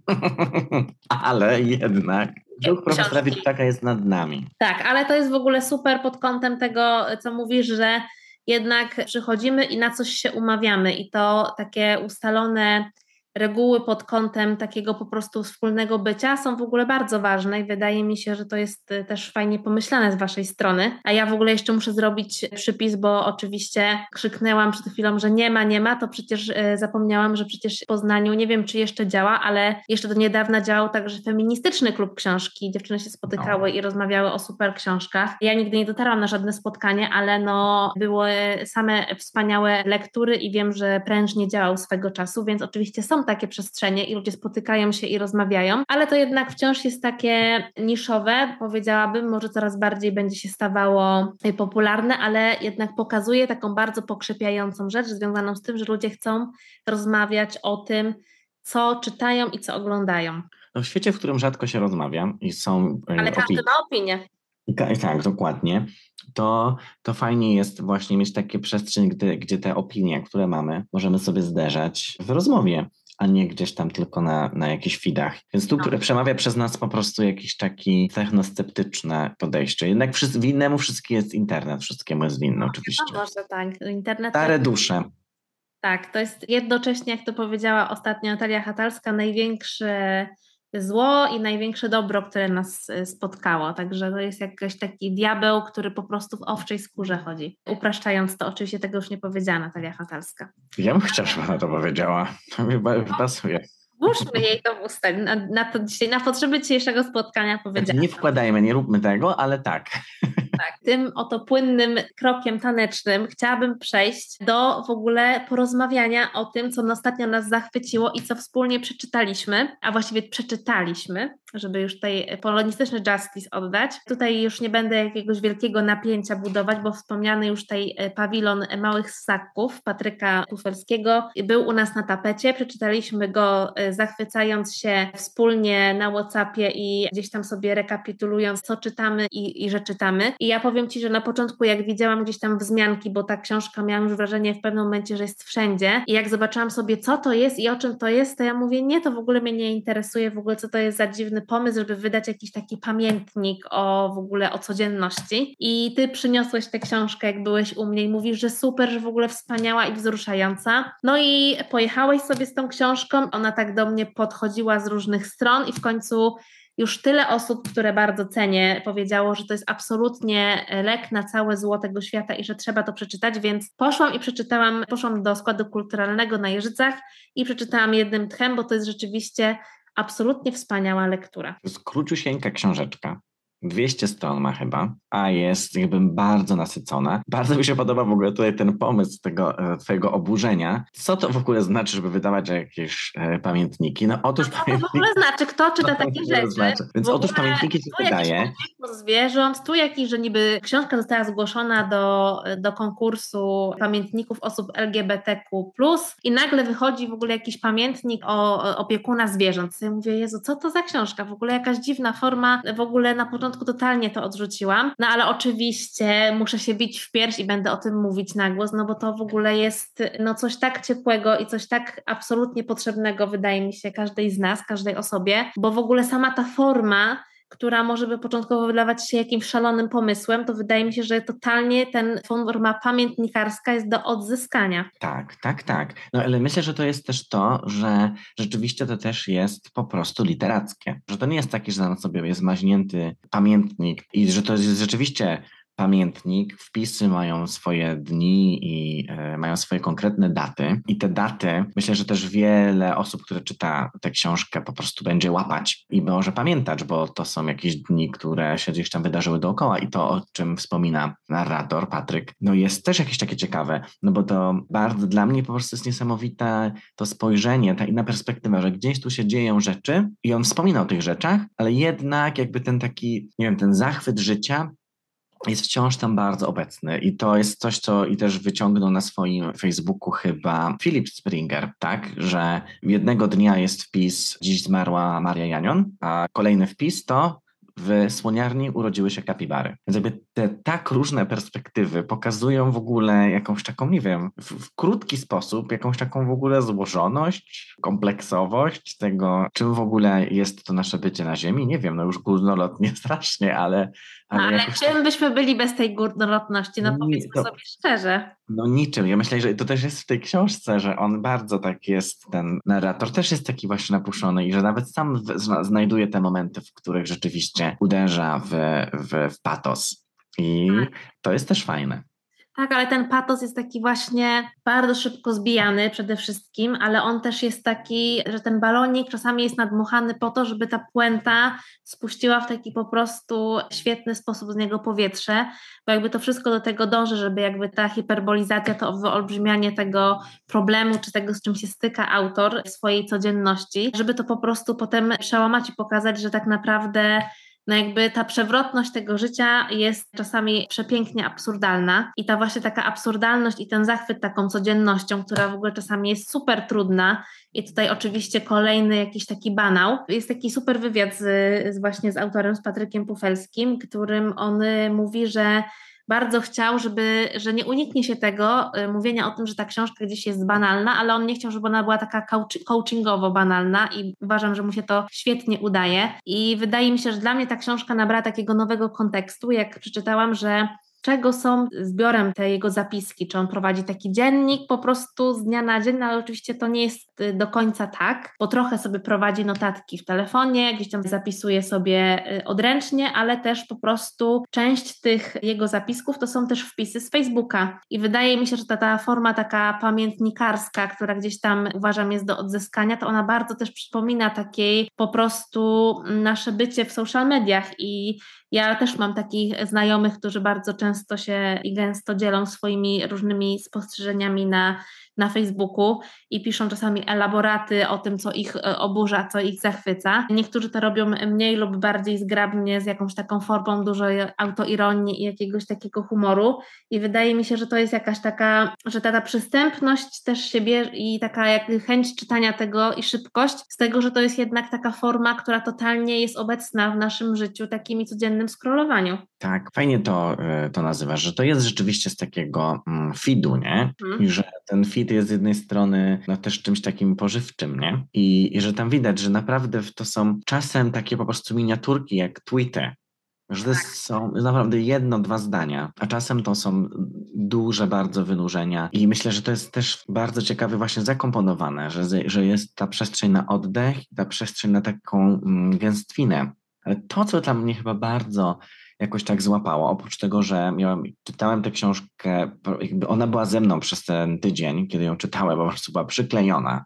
Ale jednak duch profesora Witczaka jest nad nami. Tak, ale to jest w ogóle super pod kątem tego, co mówisz, że jednak przychodzimy i na coś się umawiamy i to takie ustalone reguły pod kątem takiego po prostu wspólnego bycia są w ogóle bardzo ważne i wydaje mi się, że to jest też fajnie pomyślane z waszej strony. A ja w ogóle jeszcze muszę zrobić przypis, bo oczywiście krzyknęłam przed chwilą, że nie ma, nie ma, to przecież zapomniałam, że przecież w Poznaniu, nie wiem czy jeszcze działa, ale jeszcze do niedawna działał także feministyczny klub książki. Dziewczyny się spotykały no. i rozmawiały o super książkach. Ja nigdy nie dotarłam na żadne spotkanie, ale no były same wspaniałe lektury i wiem, że prężnie działał swego czasu, więc oczywiście są takie przestrzenie i ludzie spotykają się i rozmawiają, ale to jednak wciąż jest takie niszowe, powiedziałabym, może coraz bardziej będzie się stawało popularne, ale jednak pokazuje taką bardzo pokrzepiającą rzecz związaną z tym, że ludzie chcą rozmawiać o tym, co czytają i co oglądają. No w świecie, w którym rzadko się rozmawia i są Ale opin- każdy ma opinię. Tak, dokładnie. To, to fajnie jest właśnie mieć takie przestrzeń, gdy, gdzie te opinie, które mamy, możemy sobie zderzać w rozmowie, a nie gdzieś tam tylko na, na jakichś feedach. Więc tu no. przemawia przez nas po prostu jakieś takie technosceptyczne podejście. Jednak wszyscy, winnemu wszystkiemu jest internet, wszystkiemu jest winny oczywiście. No może tak, internet... Stare dusze. Tak, to jest jednocześnie, jak to powiedziała ostatnio Natalia Hatalska, największe zło i największe dobro, które nas spotkało. Także to jest jakiś taki diabeł, który po prostu w owczej skórze chodzi. Upraszczając to, oczywiście tego już nie powiedziała Natalia Hatalska. Ja bym chciała, żeby ona to powiedziała. To mi pasuje. Włóżmy jej to w usta. Na, na, to dzisiaj, na potrzeby dzisiejszego spotkania powiedziała. Nie wkładajmy, nie róbmy tego, ale tak. Tak, tym oto płynnym krokiem tanecznym chciałabym przejść do w ogóle porozmawiania o tym, co ostatnio nas zachwyciło i co wspólnie przeczytaliśmy, a właściwie przeczytaliśmy, żeby już tutaj polonistyczny justice oddać. Tutaj już nie będę jakiegoś wielkiego napięcia budować, bo wspomniany już tutaj pawilon Małych Ssaków Patryka Tufelskiego był u nas na tapecie. Przeczytaliśmy go zachwycając się wspólnie na WhatsAppie i gdzieś tam sobie rekapitulując, co czytamy i, i że czytamy. I ja powiem Ci, że na początku jak widziałam gdzieś tam wzmianki, bo ta książka miałam już wrażenie w pewnym momencie, że jest wszędzie i jak zobaczyłam sobie, co to jest i o czym to jest, to ja mówię, nie, to w ogóle mnie nie interesuje, w ogóle co to jest za dziwny pomysł, żeby wydać jakiś taki pamiętnik o w ogóle o codzienności. I Ty przyniosłeś tę książkę, jak byłeś u mnie i mówisz, że super, że w ogóle wspaniała i wzruszająca. No i pojechałeś sobie z tą książką, ona tak do mnie podchodziła z różnych stron i w końcu już tyle osób, które bardzo cenię, powiedziało, że to jest absolutnie lek na całe zło tego świata i że trzeba to przeczytać, więc poszłam i przeczytałam, poszłam do składu kulturalnego na Jeżycach i przeczytałam jednym tchem, bo to jest rzeczywiście absolutnie wspaniała lektura. To jest króciusieńka książeczka. dwieście stron ma chyba, a jest jakby bardzo nasycona. Bardzo mi się podoba w ogóle tutaj ten pomysł tego e, twojego oburzenia. Co to w ogóle znaczy, żeby wydawać jakieś e, pamiętniki? No otóż no, pamiętniki... w ogóle znaczy, kto czyta takie rzeczy? Znaczy. Więc ogóle, otóż pamiętniki się wydaje... Tu zwierząt, tu jakiś, że niby książka została zgłoszona do, do konkursu pamiętników osób L G B T Q plus, i nagle wychodzi w ogóle jakiś pamiętnik o opiekuna zwierząt. Ja mówię, Jezu, co to za książka? W ogóle jakaś dziwna forma, w ogóle na początku totalnie to odrzuciłam, no ale oczywiście muszę się bić w pierś i będę o tym mówić na głos, no bo to w ogóle jest no coś tak ciepłego i coś tak absolutnie potrzebnego, wydaje mi się, każdej z nas, każdej osobie, bo w ogóle sama ta forma, która może by początkowo wydawać się jakimś szalonym pomysłem, to wydaje mi się, że totalnie ten forma pamiętnikarska jest do odzyskania. Tak, tak, tak. No ale myślę, że to jest też to, że rzeczywiście to też jest po prostu literackie. Że to nie jest taki, że na sobie jest maźnięty pamiętnik i że to jest rzeczywiście pamiętnik, wpisy mają swoje dni i e, mają swoje konkretne daty i te daty, myślę, że też wiele osób, które czyta tę książkę, po prostu będzie łapać i może pamiętać, bo to są jakieś dni, które się gdzieś tam wydarzyły dookoła i to, o czym wspomina narrator Patryk, no jest też jakieś takie ciekawe, no bo to bardzo dla mnie po prostu jest niesamowite to spojrzenie, ta inna perspektywa, że gdzieś tu się dzieją rzeczy i on wspomina o tych rzeczach, ale jednak jakby ten taki, nie wiem, ten zachwyt życia jest wciąż tam bardzo obecny i to jest coś, co i też wyciągnął na swoim Facebooku chyba Philip Springer, tak, że jednego dnia jest wpis dziś zmarła Maria Janion, a kolejny wpis to w słoniarni urodziły się kapibary. Więc jakby te tak różne perspektywy pokazują w ogóle jakąś taką, nie wiem, w, w krótki sposób, jakąś taką w ogóle złożoność, kompleksowość tego, czym w ogóle jest to nasze bycie na Ziemi. Nie wiem, no już górnolotnie strasznie, ale... Ale, ale czym tak... byśmy byli bez tej górnolotności? No powiedzmy to... sobie szczerze. No niczym. Ja myślę, że to też jest w tej książce, że on bardzo tak jest, ten narrator też jest taki właśnie napuszony i że nawet sam w, zna, znajduje te momenty, w których rzeczywiście uderza w, w, w patos. I to jest też fajne. Tak, ale ten patos jest taki właśnie bardzo szybko zbijany przede wszystkim, ale on też jest taki, że ten balonik czasami jest nadmuchany po to, żeby ta puenta spuściła w taki po prostu świetny sposób z niego powietrze, bo jakby to wszystko do tego dąży, żeby jakby ta hiperbolizacja, to wyolbrzymianie tego problemu, czy tego, z czym się styka autor w swojej codzienności, żeby to po prostu potem przełamać i pokazać, że tak naprawdę no jakby ta przewrotność tego życia jest czasami przepięknie absurdalna i ta właśnie taka absurdalność i ten zachwyt taką codziennością, która w ogóle czasami jest super trudna i tutaj oczywiście kolejny jakiś taki banał. Jest taki super wywiad z, z właśnie z autorem, z Patrykiem Pufelskim, którym on mówi, że bardzo chciał, żeby, że nie uniknie się tego y, mówienia o tym, że ta książka gdzieś jest banalna, ale on nie chciał, żeby ona była taka coach- coachingowo banalna i uważam, że mu się to świetnie udaje i wydaje mi się, że dla mnie ta książka nabrała takiego nowego kontekstu, jak przeczytałam, że czego są zbiorem te jego zapiski, czy on prowadzi taki dziennik po prostu z dnia na dzień, no ale oczywiście to nie jest do końca tak, bo trochę sobie prowadzi notatki w telefonie, gdzieś tam zapisuje sobie odręcznie, ale też po prostu część tych jego zapisków to są też wpisy z Facebooka i wydaje mi się, że ta, ta forma taka pamiętnikarska, która gdzieś tam uważam jest do odzyskania, to ona bardzo też przypomina takiej po prostu nasze bycie w social mediach i ja też mam takich znajomych, którzy bardzo często się i gęsto dzielą swoimi różnymi spostrzeżeniami na, na Facebooku i piszą czasami elaboraty o tym, co ich oburza, co ich zachwyca. Niektórzy to robią mniej lub bardziej zgrabnie, z jakąś taką formą dużej autoironii i jakiegoś takiego humoru i wydaje mi się, że to jest jakaś taka, że ta, ta przystępność też się bierze i taka jak chęć czytania tego i szybkość z tego, że to jest jednak taka forma, która totalnie jest obecna w naszym życiu, takimi codziennym scrollowaniu. Tak, fajnie to, to nazywasz, że to jest rzeczywiście z takiego mm, feedu, nie? Mhm. I że ten feed jest z jednej strony no, też czymś takim pożywczym, nie? I, I że tam widać, że naprawdę to są czasem takie po prostu miniaturki jak tweety, że to Tak. są naprawdę jedno, dwa zdania, a czasem to są duże bardzo wynurzenia i myślę, że to jest też bardzo ciekawie właśnie zakomponowane, że, że jest ta przestrzeń na oddech i ta przestrzeń na taką mm, gęstwinę. Ale to, co dla mnie chyba bardzo jakoś tak złapało, oprócz tego, że miałem, czytałem tę książkę, jakby ona była ze mną przez ten tydzień, kiedy ją czytałem, po prostu była przyklejona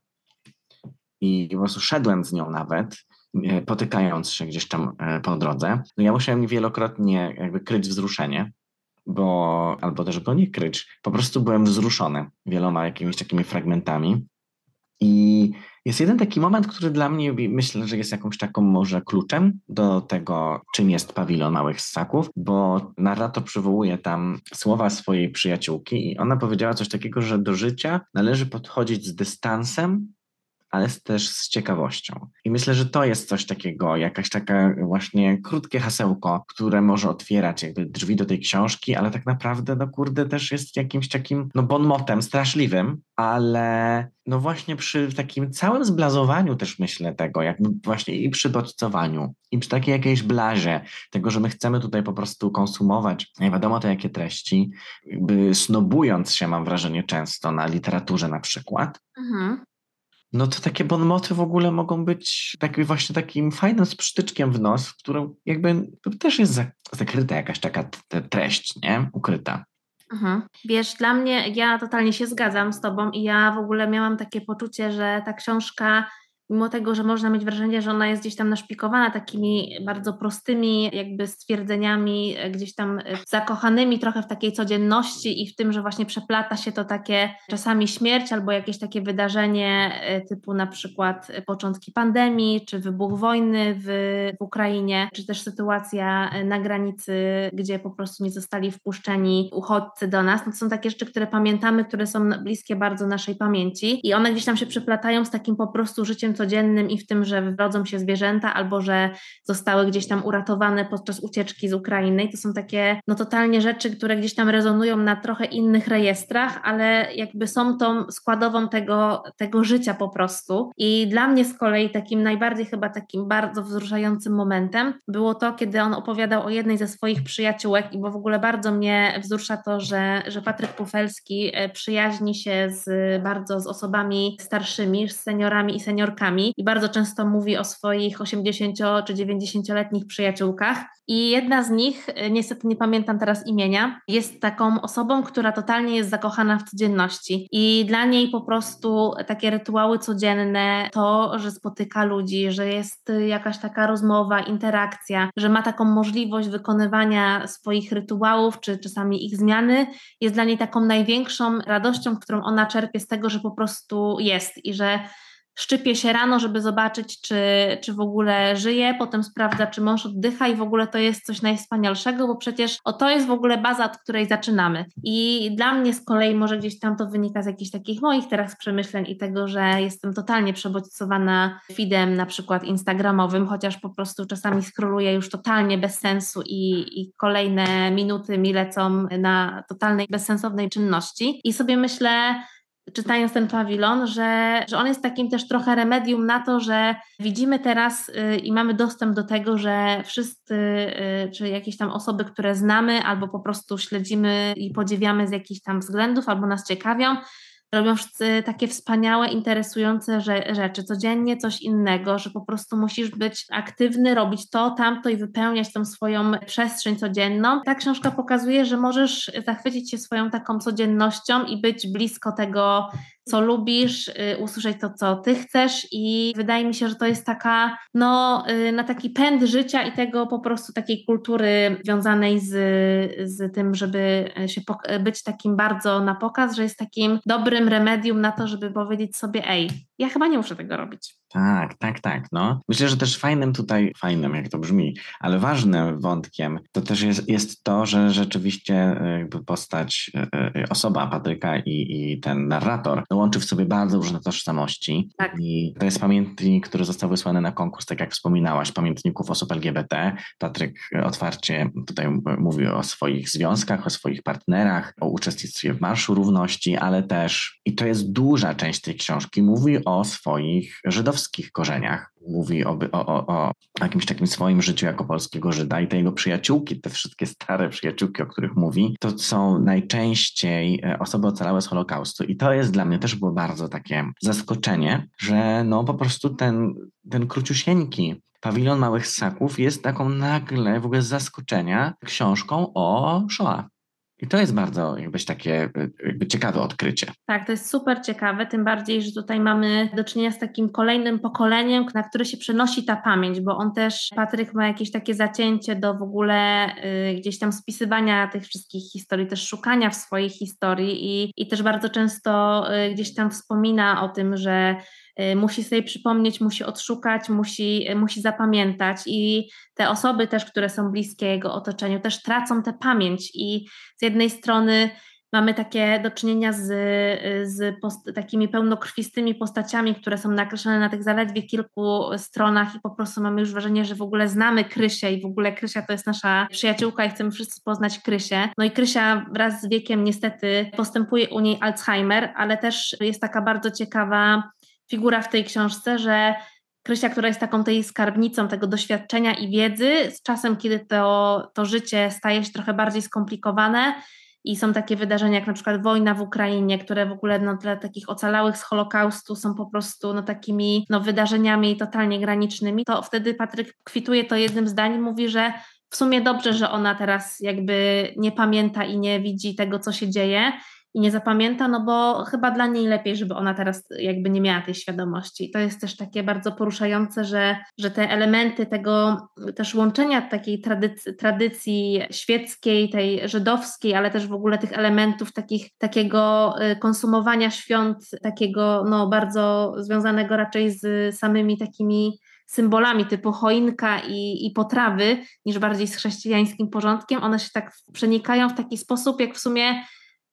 i po prostu szedłem z nią nawet, potykając się gdzieś tam po drodze. No ja musiałem wielokrotnie jakby kryć wzruszenie, bo, albo też go nie kryć, po prostu byłem wzruszony wieloma jakimiś takimi fragmentami. I jest jeden taki moment, który dla mnie myślę, że jest jakąś taką może kluczem do tego, czym jest Pawilon Małych Ssaków, bo narrator przywołuje tam słowa swojej przyjaciółki i ona powiedziała coś takiego, że do życia należy podchodzić z dystansem, ale też z ciekawością. I myślę, że to jest coś takiego, jakaś taka właśnie krótkie hasełko, które może otwierać jakby drzwi do tej książki, ale tak naprawdę, no kurde, też jest jakimś takim, no bon motem straszliwym, ale no właśnie przy takim całym zblazowaniu też myślę tego, jakby właśnie i przy bodźcowaniu, i przy takiej jakiejś blazie, tego, że my chcemy tutaj po prostu konsumować nie wiadomo to jakie treści, jakby snobując się, mam wrażenie, często na literaturze na przykład, Mhm. no to takie bonmoty w ogóle mogą być taki właśnie takim fajnym sprztyczkiem w nos, w którą jakby też jest zakryta jakaś taka t- treść, nie? Ukryta. Mhm. Wiesz, dla mnie, ja totalnie się zgadzam z tobą i ja w ogóle miałam takie poczucie, że ta książka, mimo tego, że można mieć wrażenie, że ona jest gdzieś tam naszpikowana takimi bardzo prostymi jakby stwierdzeniami, gdzieś tam zakochanymi trochę w takiej codzienności i w tym, że właśnie przeplata się to takie czasami śmierć albo jakieś takie wydarzenie typu na przykład początki pandemii, czy wybuch wojny w, w Ukrainie, czy też sytuacja na granicy, gdzie po prostu nie zostali wpuszczeni uchodźcy do nas. No to są takie rzeczy, które pamiętamy, które są bliskie bardzo naszej pamięci i one gdzieś tam się przeplatają z takim po prostu życiem codziennym i w tym, że wyrodzą się zwierzęta albo że zostały gdzieś tam uratowane podczas ucieczki z Ukrainy. I to są takie no totalnie rzeczy, które gdzieś tam rezonują na trochę innych rejestrach, ale jakby są tą składową tego, tego życia po prostu. I dla mnie z kolei takim najbardziej chyba takim bardzo wzruszającym momentem było to, kiedy on opowiadał o jednej ze swoich przyjaciółek i bo w ogóle bardzo mnie wzrusza to, że, że Patryk Pufelski przyjaźni się z bardzo z osobami starszymi, z seniorami i seniorkami i bardzo często mówi o swoich osiemdziesięcio- czy dziewięćdziesięcioletnich przyjaciółkach. I jedna z nich, niestety nie pamiętam teraz imienia, jest taką osobą, która totalnie jest zakochana w codzienności i dla niej po prostu takie rytuały codzienne, to, że spotyka ludzi, że jest jakaś taka rozmowa, interakcja, że ma taką możliwość wykonywania swoich rytuałów, czy czasami ich zmiany, jest dla niej taką największą radością, którą ona czerpie z tego, że po prostu jest i że szczypie się rano, żeby zobaczyć, czy, czy w ogóle żyje, potem sprawdza, czy mąż oddycha i w ogóle to jest coś najwspanialszego, bo przecież o to jest w ogóle baza, od której zaczynamy. I dla mnie z kolei może gdzieś tam to wynika z jakichś takich moich teraz przemyśleń i tego, że jestem totalnie przebodźcowana feedem na przykład instagramowym, chociaż po prostu czasami scrolluję już totalnie bez sensu i, i kolejne minuty mi lecą na totalnej bezsensownej czynności i sobie myślę, czytając ten pawilon, że, że on jest takim też trochę remedium na to, że widzimy teraz y, i mamy dostęp do tego, że wszyscy, y, czy jakieś tam osoby, które znamy albo po prostu śledzimy i podziwiamy z jakichś tam względów albo nas ciekawią, robią wszyscy takie wspaniałe, interesujące rzeczy, codziennie coś innego, że po prostu musisz być aktywny, robić to, tamto i wypełniać tą swoją przestrzeń codzienną. Ta książka pokazuje, że możesz zachwycić się swoją taką codziennością i być blisko tego, co lubisz, y, usłyszeć to, co ty chcesz i wydaje mi się, że to jest taka, no, y, na taki pęd życia i tego po prostu takiej kultury związanej z, z tym, żeby się pok- być takim bardzo na pokaz, że jest takim dobrym remedium na to, żeby powiedzieć sobie, ej, ja chyba nie muszę tego robić. Tak, tak, tak. No. Myślę, że też fajnym tutaj, fajnym jak to brzmi, ale ważnym wątkiem to też jest, jest to, że rzeczywiście jakby postać, osoba Patryka i, i ten narrator łączy w sobie bardzo różne tożsamości. Tak. I to jest pamiętnik, który został wysłany na konkurs, tak jak wspominałaś, pamiętników osób L G B T. Patryk otwarcie tutaj mówi o swoich związkach, o swoich partnerach, o uczestnictwie w Marszu Równości, ale też, i to jest duża część tej książki, mówi o swoich żydowskich korzeniach. Mówi o, o, o, o jakimś takim swoim życiu jako polskiego Żyda i te jego przyjaciółki, te wszystkie stare przyjaciółki, o których mówi, to są najczęściej osoby ocalałe z Holokaustu i to jest dla mnie też było bardzo takie zaskoczenie, że no po prostu ten, ten króciusieńki Pawilon Małych Ssaków jest taką nagle w ogóle z zaskoczenia książką o Shoah. I to jest bardzo jakbyś takie jakby ciekawe odkrycie. Tak, to jest super ciekawe, tym bardziej, że tutaj mamy do czynienia z takim kolejnym pokoleniem, na które się przenosi ta pamięć, bo on też, Patryk ma jakieś takie zacięcie do w ogóle y, gdzieś tam spisywania tych wszystkich historii, też szukania w swojej historii i, i też bardzo często y, gdzieś tam wspomina o tym, że musi sobie przypomnieć, musi odszukać, musi, musi zapamiętać i te osoby też, które są bliskie jego otoczeniu, też tracą tę pamięć i z jednej strony mamy takie do czynienia z, z post- takimi pełnokrwistymi postaciami, które są nakreślone na tych zaledwie kilku stronach i po prostu mamy już wrażenie, że w ogóle znamy Krysię i w ogóle Krysia to jest nasza przyjaciółka i chcemy wszyscy poznać Krysię. No i Krysia wraz z wiekiem niestety postępuje u niej Alzheimer, ale też jest taka bardzo ciekawa figura w tej książce, że Krysia, która jest taką tej skarbnicą tego doświadczenia i wiedzy, z czasem, kiedy to, to życie staje się trochę bardziej skomplikowane i są takie wydarzenia jak na przykład wojna w Ukrainie, które w ogóle no, dla takich ocalałych z Holokaustu są po prostu no, takimi no, wydarzeniami totalnie granicznymi, to wtedy Patryk kwituje to jednym zdaniem, mówi, że w sumie dobrze, że ona teraz jakby nie pamięta i nie widzi tego, co się dzieje, i nie zapamięta, no bo chyba dla niej lepiej, żeby ona teraz jakby nie miała tej świadomości. I to jest też takie bardzo poruszające, że, że te elementy tego też łączenia takiej tradycji, tradycji świeckiej, tej żydowskiej, ale też w ogóle tych elementów takich, takiego konsumowania świąt, takiego no bardzo związanego raczej z samymi takimi symbolami typu choinka i, i potrawy, niż bardziej z chrześcijańskim porządkiem, one się tak przenikają w taki sposób, jak w sumie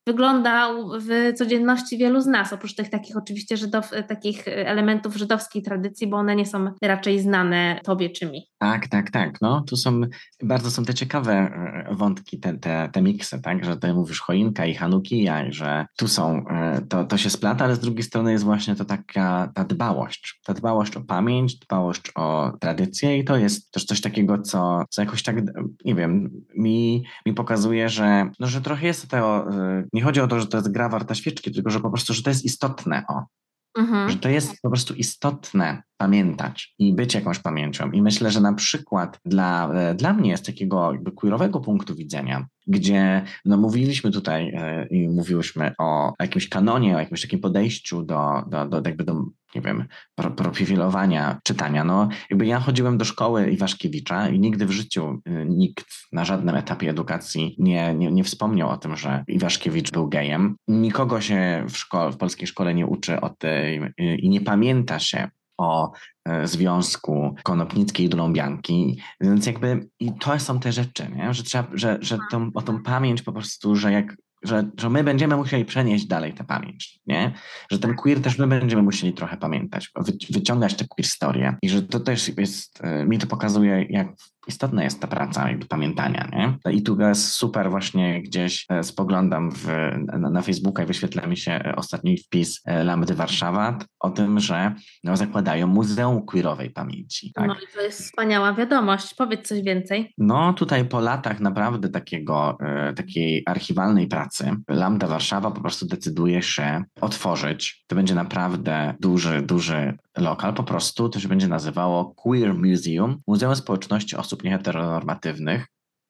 wyglądał w codzienności wielu z nas, oprócz tych takich oczywiście żydow, takich elementów żydowskiej tradycji, bo one nie są raczej znane tobie czy mi. Tak, tak, tak. No, tu są, bardzo są te ciekawe wątki, te, te, te miksy, tak, że ty mówisz choinka i Hanukija, i że tu są, to, to się splata, ale z drugiej strony jest właśnie to taka ta dbałość, ta dbałość o pamięć, dbałość o tradycję i to jest też coś takiego, co, co jakoś tak, nie wiem, mi, mi pokazuje, że, no, że trochę jest to, nie chodzi o to, że to jest gra warta świeczki, tylko że po prostu, że to jest istotne, o. Mhm. Że to jest po prostu istotne pamiętać i być jakąś pamięcią. I myślę, że na przykład dla, dla mnie z takiego jakby queerowego punktu widzenia, gdzie no mówiliśmy tutaj e, i mówiłyśmy o jakimś kanonie, o jakimś takim podejściu do, do, do jakby do, nie wiem, pro, profilowania czytania. No jakby ja chodziłem do szkoły Iwaszkiewicza i nigdy w życiu y, nikt na żadnym etapie edukacji nie, nie, nie wspomniał o tym, że Iwaszkiewicz był gejem. Nikogo się w, szkole, w polskiej szkole nie uczy o tej y, i nie pamięta się o e, związku Konopnickiej i Dąbianki, więc jakby i to są te rzeczy, nie? Że trzeba, że, że tą, o tą pamięć po prostu, że jak Że, że my będziemy musieli przenieść dalej tę pamięć, nie? Że ten queer też my będziemy musieli trochę pamiętać, wy, wyciągać tę queer historię i że to też jest, mi to pokazuje, jak istotna jest ta praca jakby pamiętania, nie? I tu jest super właśnie gdzieś spoglądam w, na, na Facebooka i wyświetla mi się ostatni wpis Lambdy Warszawa o tym, że no, zakładają Muzeum Queerowej Pamięci. Tak? No i to jest wspaniała wiadomość. Powiedz coś więcej. No tutaj po latach naprawdę takiego, takiej archiwalnej pracy Lambda Warszawa po prostu decyduje się otworzyć. To będzie naprawdę duży, duży lokal. Po prostu to się będzie nazywało Queer Museum, Muzeum Społeczności Osób Nieheteronormatywnych.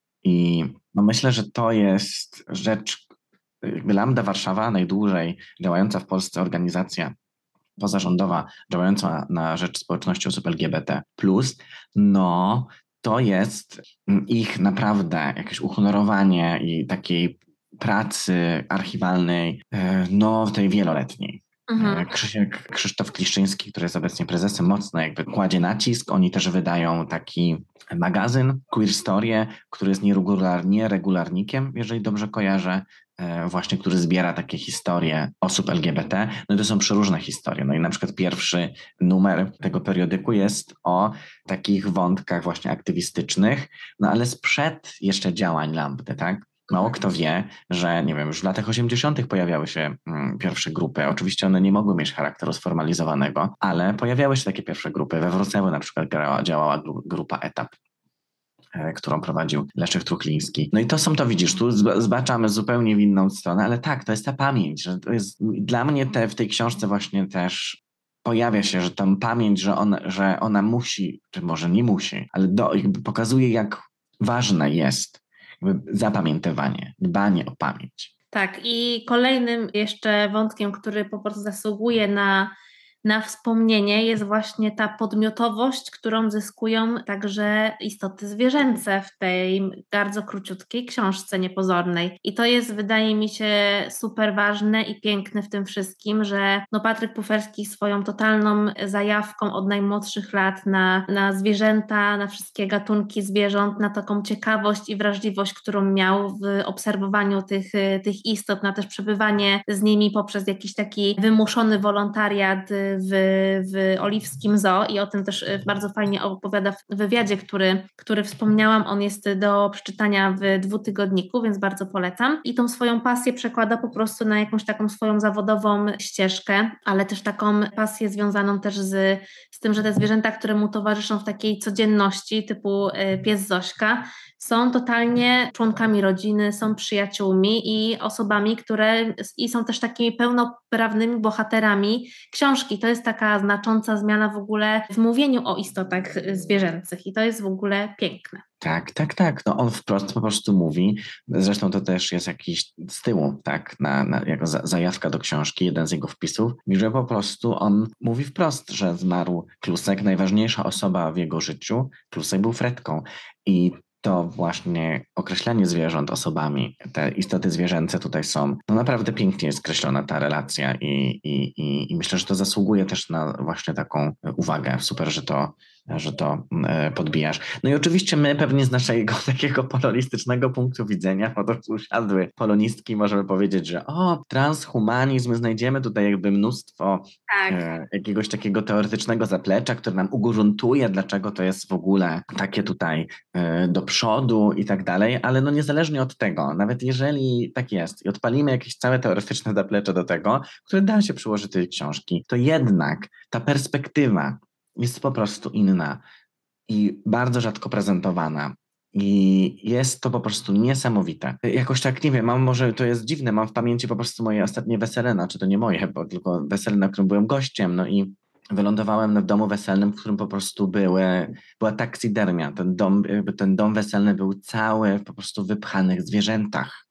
I no myślę, że to jest rzecz, jakby Lambda Warszawa, najdłużej działająca w Polsce organizacja pozarządowa, działająca na rzecz społeczności osób L G B T plus, no to jest ich naprawdę jakieś uhonorowanie i takiej pracy archiwalnej, no tej wieloletniej. Mhm. Krzysiek, Krzysztof Kliszczyński, który jest obecnie prezesem, mocno jakby kładzie nacisk. Oni też wydają taki magazyn Queer Story, który jest nieregularnie regularnikiem, jeżeli dobrze kojarzę, właśnie, który zbiera takie historie osób L G B T. No i to są przeróżne historie. No i na przykład pierwszy numer tego periodyku jest o takich wątkach właśnie aktywistycznych, no ale sprzed jeszcze działań Lambdy, tak? Mało kto wie, że nie wiem, już w latach osiemdziesiątych pojawiały się mm, pierwsze grupy. Oczywiście one nie mogły mieć charakteru sformalizowanego, ale pojawiały się takie pierwsze grupy. We Wrocławiu na przykład działała, działała grupa Etap, e, którą prowadził Leszek Truchliński. No i to są, to widzisz, tu zbaczamy zupełnie w inną stronę, ale tak, to jest ta pamięć, że to jest dla mnie te, w tej książce właśnie też pojawia się, że tam pamięć, że ona, że ona musi, czy może nie musi, ale do, jakby pokazuje, jak ważna jest zapamiętywanie, dbanie o pamięć. Tak, i kolejnym jeszcze wątkiem, który po prostu zasługuje na, na wspomnienie, jest właśnie ta podmiotowość, którą zyskują także istoty zwierzęce w tej bardzo króciutkiej książce Niepozornej. I to jest, wydaje mi się, super ważne i piękne w tym wszystkim, że no Patryk Puferski swoją totalną zajawką od najmłodszych lat na, na zwierzęta, na wszystkie gatunki zwierząt, na taką ciekawość i wrażliwość, którą miał w obserwowaniu tych, tych istot, na też przebywanie z nimi poprzez jakiś taki wymuszony wolontariat w, w Oliwskim Zoo i o tym też bardzo fajnie opowiada w wywiadzie, który, który wspomniałam. On jest do przeczytania w dwutygodniku, więc bardzo polecam. I tą swoją pasję przekłada po prostu na jakąś taką swoją zawodową ścieżkę, ale też taką pasję związaną też z, z tym, że te zwierzęta, które mu towarzyszą w takiej codzienności, typu pies Zośka, są totalnie członkami rodziny, są przyjaciółmi i osobami, które i są też takimi pełnoprawnymi bohaterami książki. To jest taka znacząca zmiana w ogóle w mówieniu o istotach zwierzęcych i to jest w ogóle piękne. Tak, tak, tak. No on wprost po prostu mówi, zresztą to też jest jakiś z tyłu, tak, na, na, jako za, zajawka do książki, jeden z jego wpisów, że po prostu on mówi wprost, że zmarł Klusek, najważniejsza osoba w jego życiu. Klusek był Fredką i to właśnie określenie zwierząt osobami, te istoty zwierzęce tutaj są, no naprawdę pięknie jest skreślona ta relacja i, i, i, i myślę, że to zasługuje też na właśnie taką uwagę. Super, że to, że to e, podbijasz. No i oczywiście my pewnie z naszego takiego polonistycznego punktu widzenia, bo to usiadły polonistki, możemy powiedzieć, że o, transhumanizm, znajdziemy tutaj jakby mnóstwo Tak. e, jakiegoś takiego teoretycznego zaplecza, które nam ugruntuje, dlaczego to jest w ogóle takie tutaj e, do przodu i tak dalej, ale no niezależnie od tego, nawet jeżeli tak jest i odpalimy jakieś całe teoretyczne zaplecze do tego, które da się przyłożyć do tej książki, to jednak ta perspektywa jest po prostu inna i bardzo rzadko prezentowana. I jest to po prostu niesamowite. Jakoś tak, nie wiem, mam może, to jest dziwne, mam w pamięci po prostu moje ostatnie wesele, znaczy to nie moje, bo tylko wesele, na którym byłem gościem, no i wylądowałem w domu weselnym, w którym po prostu były, była taksydermia. Ten dom, jakby ten dom weselny był cały po prostu w wypchanych zwierzętach.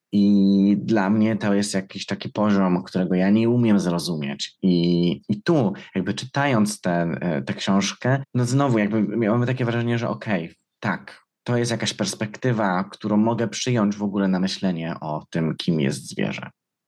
I dla mnie to jest jakiś taki poziom, którego ja nie umiem zrozumieć. I, i tu, jakby czytając tę książkę, no znowu jakby miałem takie wrażenie, że okej, okay, tak, to jest jakaś perspektywa, którą mogę przyjąć w ogóle na myślenie o tym, kim jest zwierzę.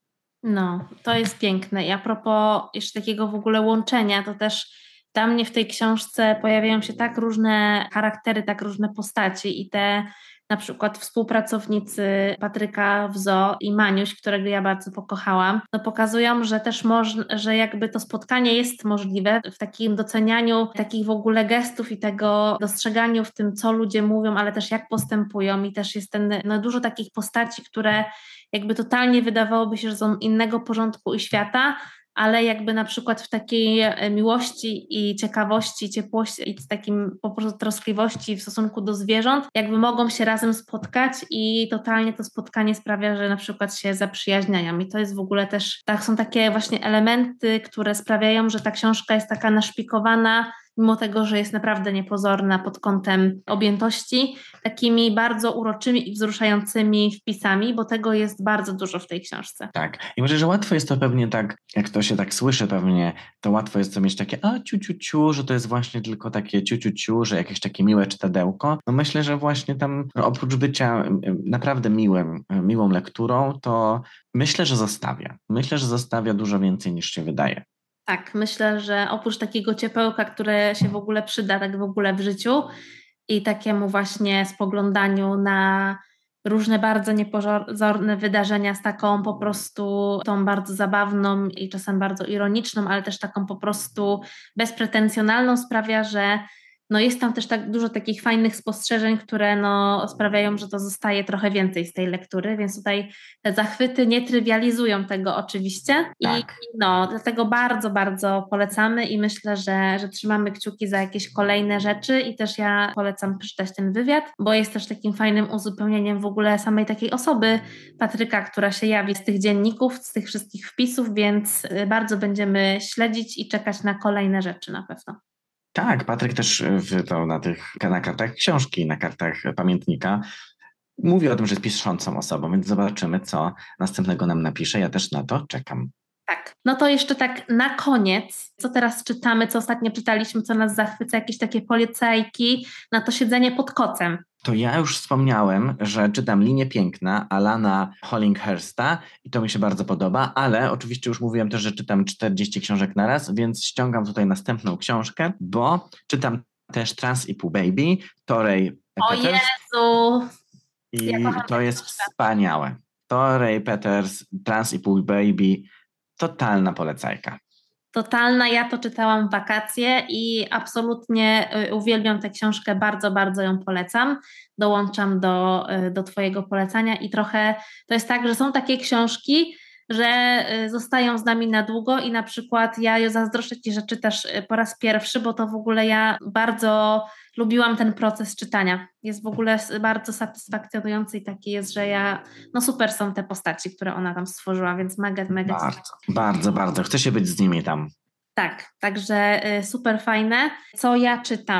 No, to jest piękne. I a propos jeszcze takiego w ogóle łączenia, to też dla mnie w tej książce pojawiają się tak różne charaktery, tak różne postaci i te na przykład współpracownicy Patryka w zoo i Maniuś, którego ja bardzo pokochałam, no pokazują, że też można, że jakby to spotkanie jest możliwe w takim docenianiu takich w ogóle gestów i tego dostrzeganiu w tym, co ludzie mówią, ale też jak postępują i też jest ten, no dużo takich postaci, które jakby totalnie wydawałoby się, że są innego porządku i świata, ale jakby na przykład w takiej miłości i ciekawości, ciepłości i takim po prostu troskliwości w stosunku do zwierząt, jakby mogą się razem spotkać i totalnie to spotkanie sprawia, że na przykład się zaprzyjaźniają i to jest w ogóle też, tak są takie właśnie elementy, które sprawiają, że ta książka jest taka naszpikowana, mimo tego, że jest naprawdę niepozorna pod kątem objętości, takimi bardzo uroczymi i wzruszającymi wpisami, bo tego jest bardzo dużo w tej książce. Tak. I myślę, że łatwo jest to pewnie tak, jak to się tak słyszy pewnie, to łatwo jest to mieć takie a ciu, ciu, ciu, że to jest właśnie tylko takie ciu, ciu, ciu, że jakieś takie miłe czytadełko. No myślę, że właśnie tam oprócz bycia naprawdę miłym, miłą lekturą, to myślę, że zostawia. Myślę, że zostawia dużo więcej niż się wydaje. Tak, myślę, że oprócz takiego ciepełka, które się w ogóle przyda tak w ogóle w życiu i takiemu właśnie spoglądaniu na różne bardzo niepozorne wydarzenia z taką po prostu tą bardzo zabawną i czasem bardzo ironiczną, ale też taką po prostu bezpretensjonalną sprawia, że no jest tam też tak dużo takich fajnych spostrzeżeń, które no sprawiają, że to zostaje trochę więcej z tej lektury, więc tutaj te zachwyty nie trywializują tego oczywiście i tak. no dlatego bardzo, bardzo polecamy i myślę, że, że trzymamy kciuki za jakieś kolejne rzeczy i też ja polecam przeczytać ten wywiad, bo jest też takim fajnym uzupełnieniem w ogóle samej takiej osoby Patryka, która się jawi z tych dzienników, z tych wszystkich wpisów, więc bardzo będziemy śledzić i czekać na kolejne rzeczy na pewno. Tak, Patryk też w, to na tych na kartach książki, na kartach pamiętnika mówi o tym, że jest piszącą osobą, więc zobaczymy, co następnego nam napisze. Ja też na to czekam. Tak, no to jeszcze tak na koniec, co teraz czytamy, co ostatnio czytaliśmy, co nas zachwyca, jakieś takie polecajki na to siedzenie pod kocem. To ja już wspomniałem, że czytam Linie Piękna Alana Hollinghursta i to mi się bardzo podoba, ale oczywiście już mówiłem też, że czytam czterdzieści książek na raz, więc ściągam tutaj następną książkę, bo czytam też Trans i Pół Baby, Torrey Peters. O Jezu! I ja to jest wspaniałe. Torrey Peters, Trans i Pół Baby, totalna polecajka. Totalna, ja to czytałam w wakacje i absolutnie uwielbiam tę książkę, bardzo, bardzo ją polecam. Dołączam do, do twojego polecania i trochę to jest tak, że są takie książki, że zostają z nami na długo i na przykład ja zazdroszczę ci, że czytasz po raz pierwszy, bo to w ogóle ja bardzo lubiłam ten proces czytania. Jest w ogóle bardzo satysfakcjonujący i taki jest, że ja, no super są te postaci, które ona tam stworzyła, więc mega, mega. Bardzo, bardzo, bardzo. Chcę się być z nimi tam. Tak, także super fajne. Co ja czytam?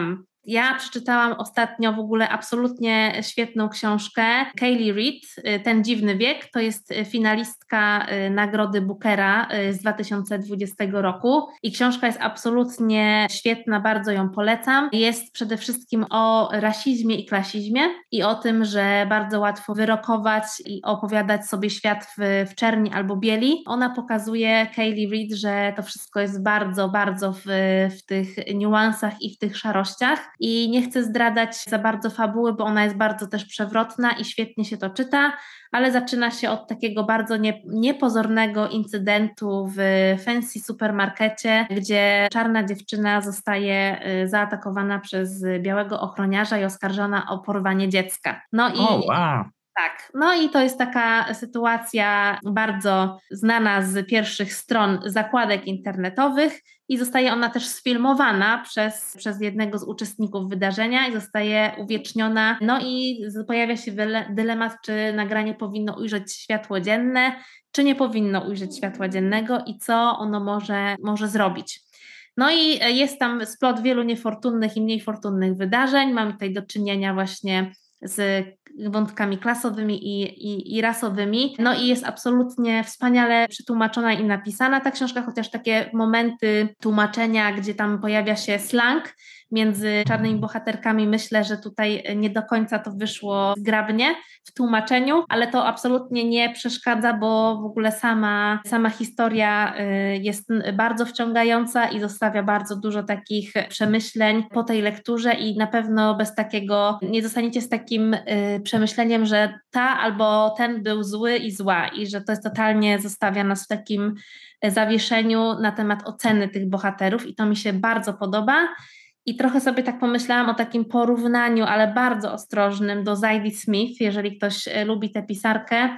Ja przeczytałam ostatnio w ogóle absolutnie świetną książkę Kaylee Reed, Ten dziwny wiek. To jest finalistka Nagrody Bookera z dwa tysiące dwudziestego roku i książka jest absolutnie świetna, bardzo ją polecam. Jest przede wszystkim o rasizmie i klasizmie i o tym, że bardzo łatwo wyrokować i opowiadać sobie świat w, w czerni albo bieli. Ona pokazuje, Kaylee Reed, że to wszystko jest bardzo, bardzo w, w tych niuansach i w tych szarościach i nie chcę zdradzać za bardzo fabuły, bo ona jest bardzo też przewrotna i świetnie się to czyta, ale zaczyna się od takiego bardzo nie, niepozornego incydentu w fancy supermarkecie, gdzie czarna dziewczyna zostaje zaatakowana przez białego ochroniarza i oskarżona o porwanie dziecka. No i oh, wow. Tak, no i to jest taka sytuacja bardzo znana z pierwszych stron zakładek internetowych i zostaje ona też sfilmowana przez, przez jednego z uczestników wydarzenia i zostaje uwieczniona. No i pojawia się dylemat, czy nagranie powinno ujrzeć światło dzienne, czy nie powinno ujrzeć światła dziennego i co ono może, może zrobić. No i jest tam splot wielu niefortunnych i mniej fortunnych wydarzeń. Mamy tutaj do czynienia właśnie z wątkami klasowymi i, i, i rasowymi. No i jest absolutnie wspaniale przetłumaczona i napisana ta książka, chociaż takie momenty tłumaczenia, gdzie tam pojawia się slang między czarnymi bohaterkami, myślę, że tutaj nie do końca to wyszło zgrabnie w tłumaczeniu, ale to absolutnie nie przeszkadza, bo w ogóle sama, sama historia jest bardzo wciągająca i zostawia bardzo dużo takich przemyśleń po tej lekturze i na pewno bez takiego, nie zostaniecie z takim przemyśleniem, że ta albo ten był zły i zła i że to jest totalnie zostawia nas w takim zawieszeniu na temat oceny tych bohaterów i to mi się bardzo podoba. I trochę sobie tak pomyślałam o takim porównaniu, ale bardzo ostrożnym do Zadie Smith. Jeżeli ktoś lubi tę pisarkę,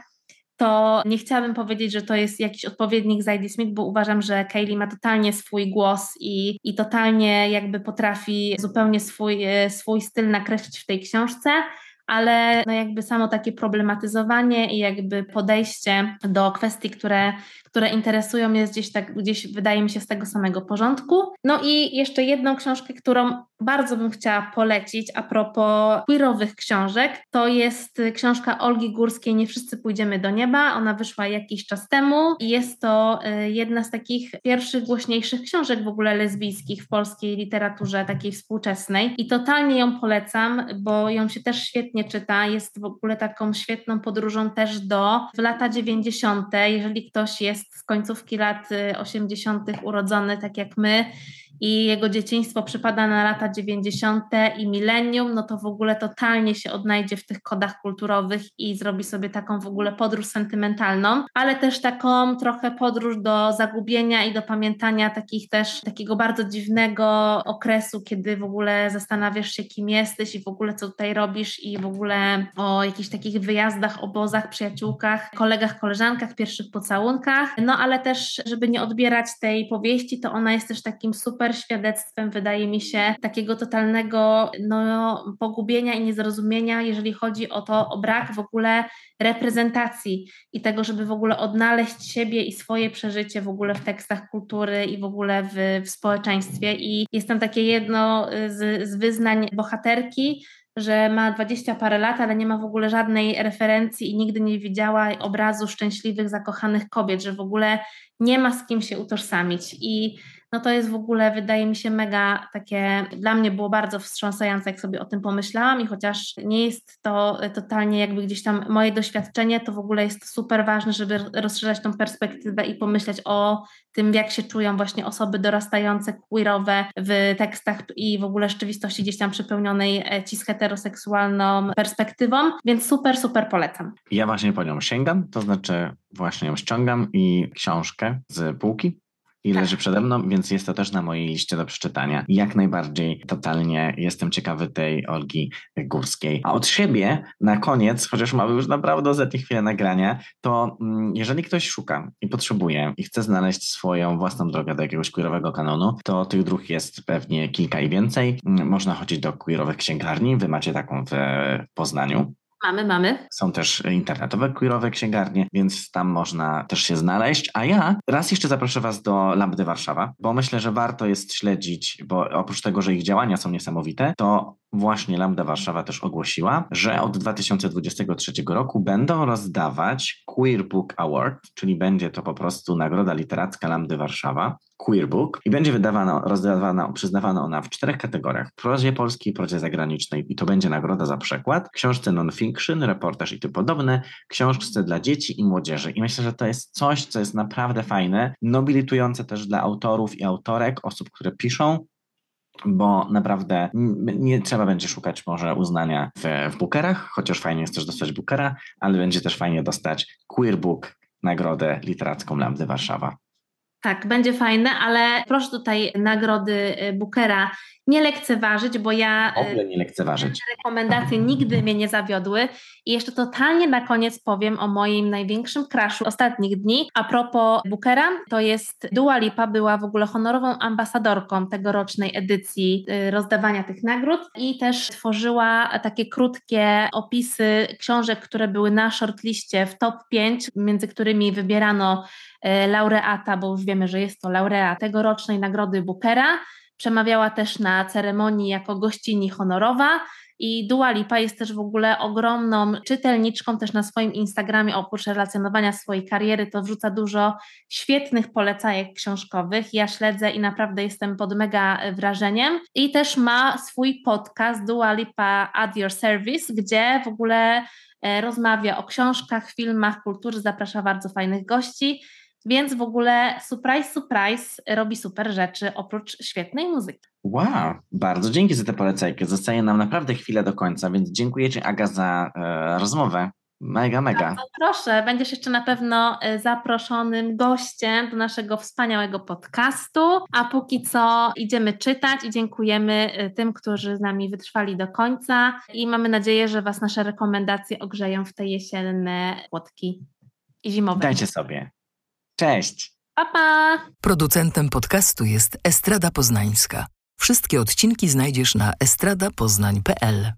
to nie chciałabym powiedzieć, że to jest jakiś odpowiednik Zadie Smith, bo uważam, że Kaylee ma totalnie swój głos i, i totalnie jakby potrafi zupełnie swój, swój styl nakreślić w tej książce, ale no jakby samo takie problematyzowanie i jakby podejście do kwestii, które, które interesują jest gdzieś tak, gdzieś wydaje mi się z tego samego porządku. No i jeszcze jedną książkę, którą bardzo bym chciała polecić a propos queerowych książek, to jest książka Olgi Górskiej Nie wszyscy pójdziemy do nieba. Ona wyszła jakiś czas temu i jest to jedna z takich pierwszych głośniejszych książek w ogóle lesbijskich w polskiej literaturze takiej współczesnej i totalnie ją polecam, bo ją się też świetnie czyta, jest w ogóle taką świetną podróżą też do w lata dziewięćdziesiąte, jeżeli ktoś jest z końcówki lat osiemdziesiątych urodzony tak jak my i jego dzieciństwo przypada na lata dziewięćdziesiąte i milenium, no to w ogóle totalnie się odnajdzie w tych kodach kulturowych i zrobi sobie taką w ogóle podróż sentymentalną, ale też taką trochę podróż do zagubienia i do pamiętania takich też, takiego bardzo dziwnego okresu, kiedy w ogóle zastanawiasz się, kim jesteś i w ogóle co tutaj robisz i w ogóle o jakichś takich wyjazdach, obozach, przyjaciółkach, kolegach, koleżankach, pierwszych pocałunkach, no ale też, żeby nie odbierać tej powieści, to ona jest też takim super świadectwem, wydaje mi się, takiego totalnego no, pogubienia i niezrozumienia, jeżeli chodzi o to, o brak w ogóle reprezentacji i tego, żeby w ogóle odnaleźć siebie i swoje przeżycie w ogóle w tekstach kultury i w ogóle w, w społeczeństwie. I jest tam takie jedno z, z wyznań bohaterki, że ma dwadzieścia parę lat, ale nie ma w ogóle żadnej referencji i nigdy nie widziała obrazu szczęśliwych, zakochanych kobiet, że w ogóle nie ma z kim się utożsamić i no to jest w ogóle, wydaje mi się, mega takie, dla mnie było bardzo wstrząsające, jak sobie o tym pomyślałam i chociaż nie jest to totalnie jakby gdzieś tam moje doświadczenie, to w ogóle jest super ważne, żeby rozszerzać tą perspektywę i pomyśleć o tym, jak się czują właśnie osoby dorastające, queerowe w tekstach i w ogóle rzeczywistości gdzieś tam przepełnionej cis heteroseksualną perspektywą, więc super, super polecam. Ja właśnie po nią sięgam, to znaczy właśnie ją ściągam i książkę z półki i leży tak przede mną, więc jest to też na mojej liście do przeczytania. Jak najbardziej, totalnie jestem ciekawy tej Olgi Górskiej. A od siebie na koniec, chociaż mamy już naprawdę ostatnie chwilę nagrania, to jeżeli ktoś szuka i potrzebuje i chce znaleźć swoją własną drogę do jakiegoś queerowego kanonu, to tych dróg jest pewnie kilka i więcej. Można chodzić do queerowych księgarni, wy macie taką w Poznaniu. Mamy, mamy. Są też internetowe, queerowe księgarnie, więc tam można też się znaleźć. A ja raz jeszcze zaproszę Was do Lambdy Warszawa, bo myślę, że warto jest śledzić, bo oprócz tego, że ich działania są niesamowite, to właśnie Lambda Warszawa też ogłosiła, że od dwa tysiące dwudziestego trzeciego roku będą rozdawać Queer Book Award, czyli będzie to po prostu nagroda literacka Lambdy Warszawa, Queer Book, i będzie wydawana, rozdawana, przyznawana ona w czterech kategoriach: prozie polskiej, prozie zagranicznej, i to będzie nagroda za przekład, książce non-fiction, reportaż i tym podobne, książce dla dzieci i młodzieży. I myślę, że to jest coś, co jest naprawdę fajne, nobilitujące też dla autorów i autorek, osób, które piszą, bo naprawdę nie trzeba będzie szukać może uznania w, w bookerach, chociaż fajnie jest też dostać bookera, ale będzie też fajnie dostać Queer Book, nagrodę literacką Lambdy Warszawa. Tak, będzie fajne, ale proszę tutaj nagrody Bookera nie lekceważyć, bo ja... W ogóle nie lekceważyć. Te rekomendacje nigdy mnie nie zawiodły. I jeszcze totalnie na koniec powiem o moim największym crushu ostatnich dni. A propos Bookera, to jest Dua Lipa, była w ogóle honorową ambasadorką tegorocznej edycji rozdawania tych nagród i też tworzyła takie krótkie opisy książek, które były na shortliście w top pięć, między którymi wybierano laureata, bo już wiemy, że jest to laureat tegorocznej nagrody Bookera. Przemawiała też na ceremonii jako gościni honorowa i Dua Lipa jest też w ogóle ogromną czytelniczką, też na swoim Instagramie, oprócz relacjonowania swojej kariery, to wrzuca dużo świetnych polecajek książkowych. Ja śledzę i naprawdę jestem pod mega wrażeniem. I też ma swój podcast Dua Lipa at Your Service, gdzie w ogóle rozmawia o książkach, filmach, kulturze, zaprasza bardzo fajnych gości. Więc w ogóle surprise, surprise, robi super rzeczy oprócz świetnej muzyki. Wow, bardzo dzięki za tę polecajkę. Zostaje nam naprawdę chwilę do końca, więc dziękuję Ci, Aga, za e, rozmowę. Mega, mega. Bardzo proszę, będziesz jeszcze na pewno zaproszonym gościem do naszego wspaniałego podcastu, a póki co idziemy czytać i dziękujemy tym, którzy z nami wytrwali do końca i mamy nadzieję, że Was nasze rekomendacje ogrzeją w te jesienne chłodki i zimowe. Dajcie sobie. Cześć! Pa, pa! Producentem podcastu jest Estrada Poznańska. Wszystkie odcinki znajdziesz na estrada poznań kropka p l.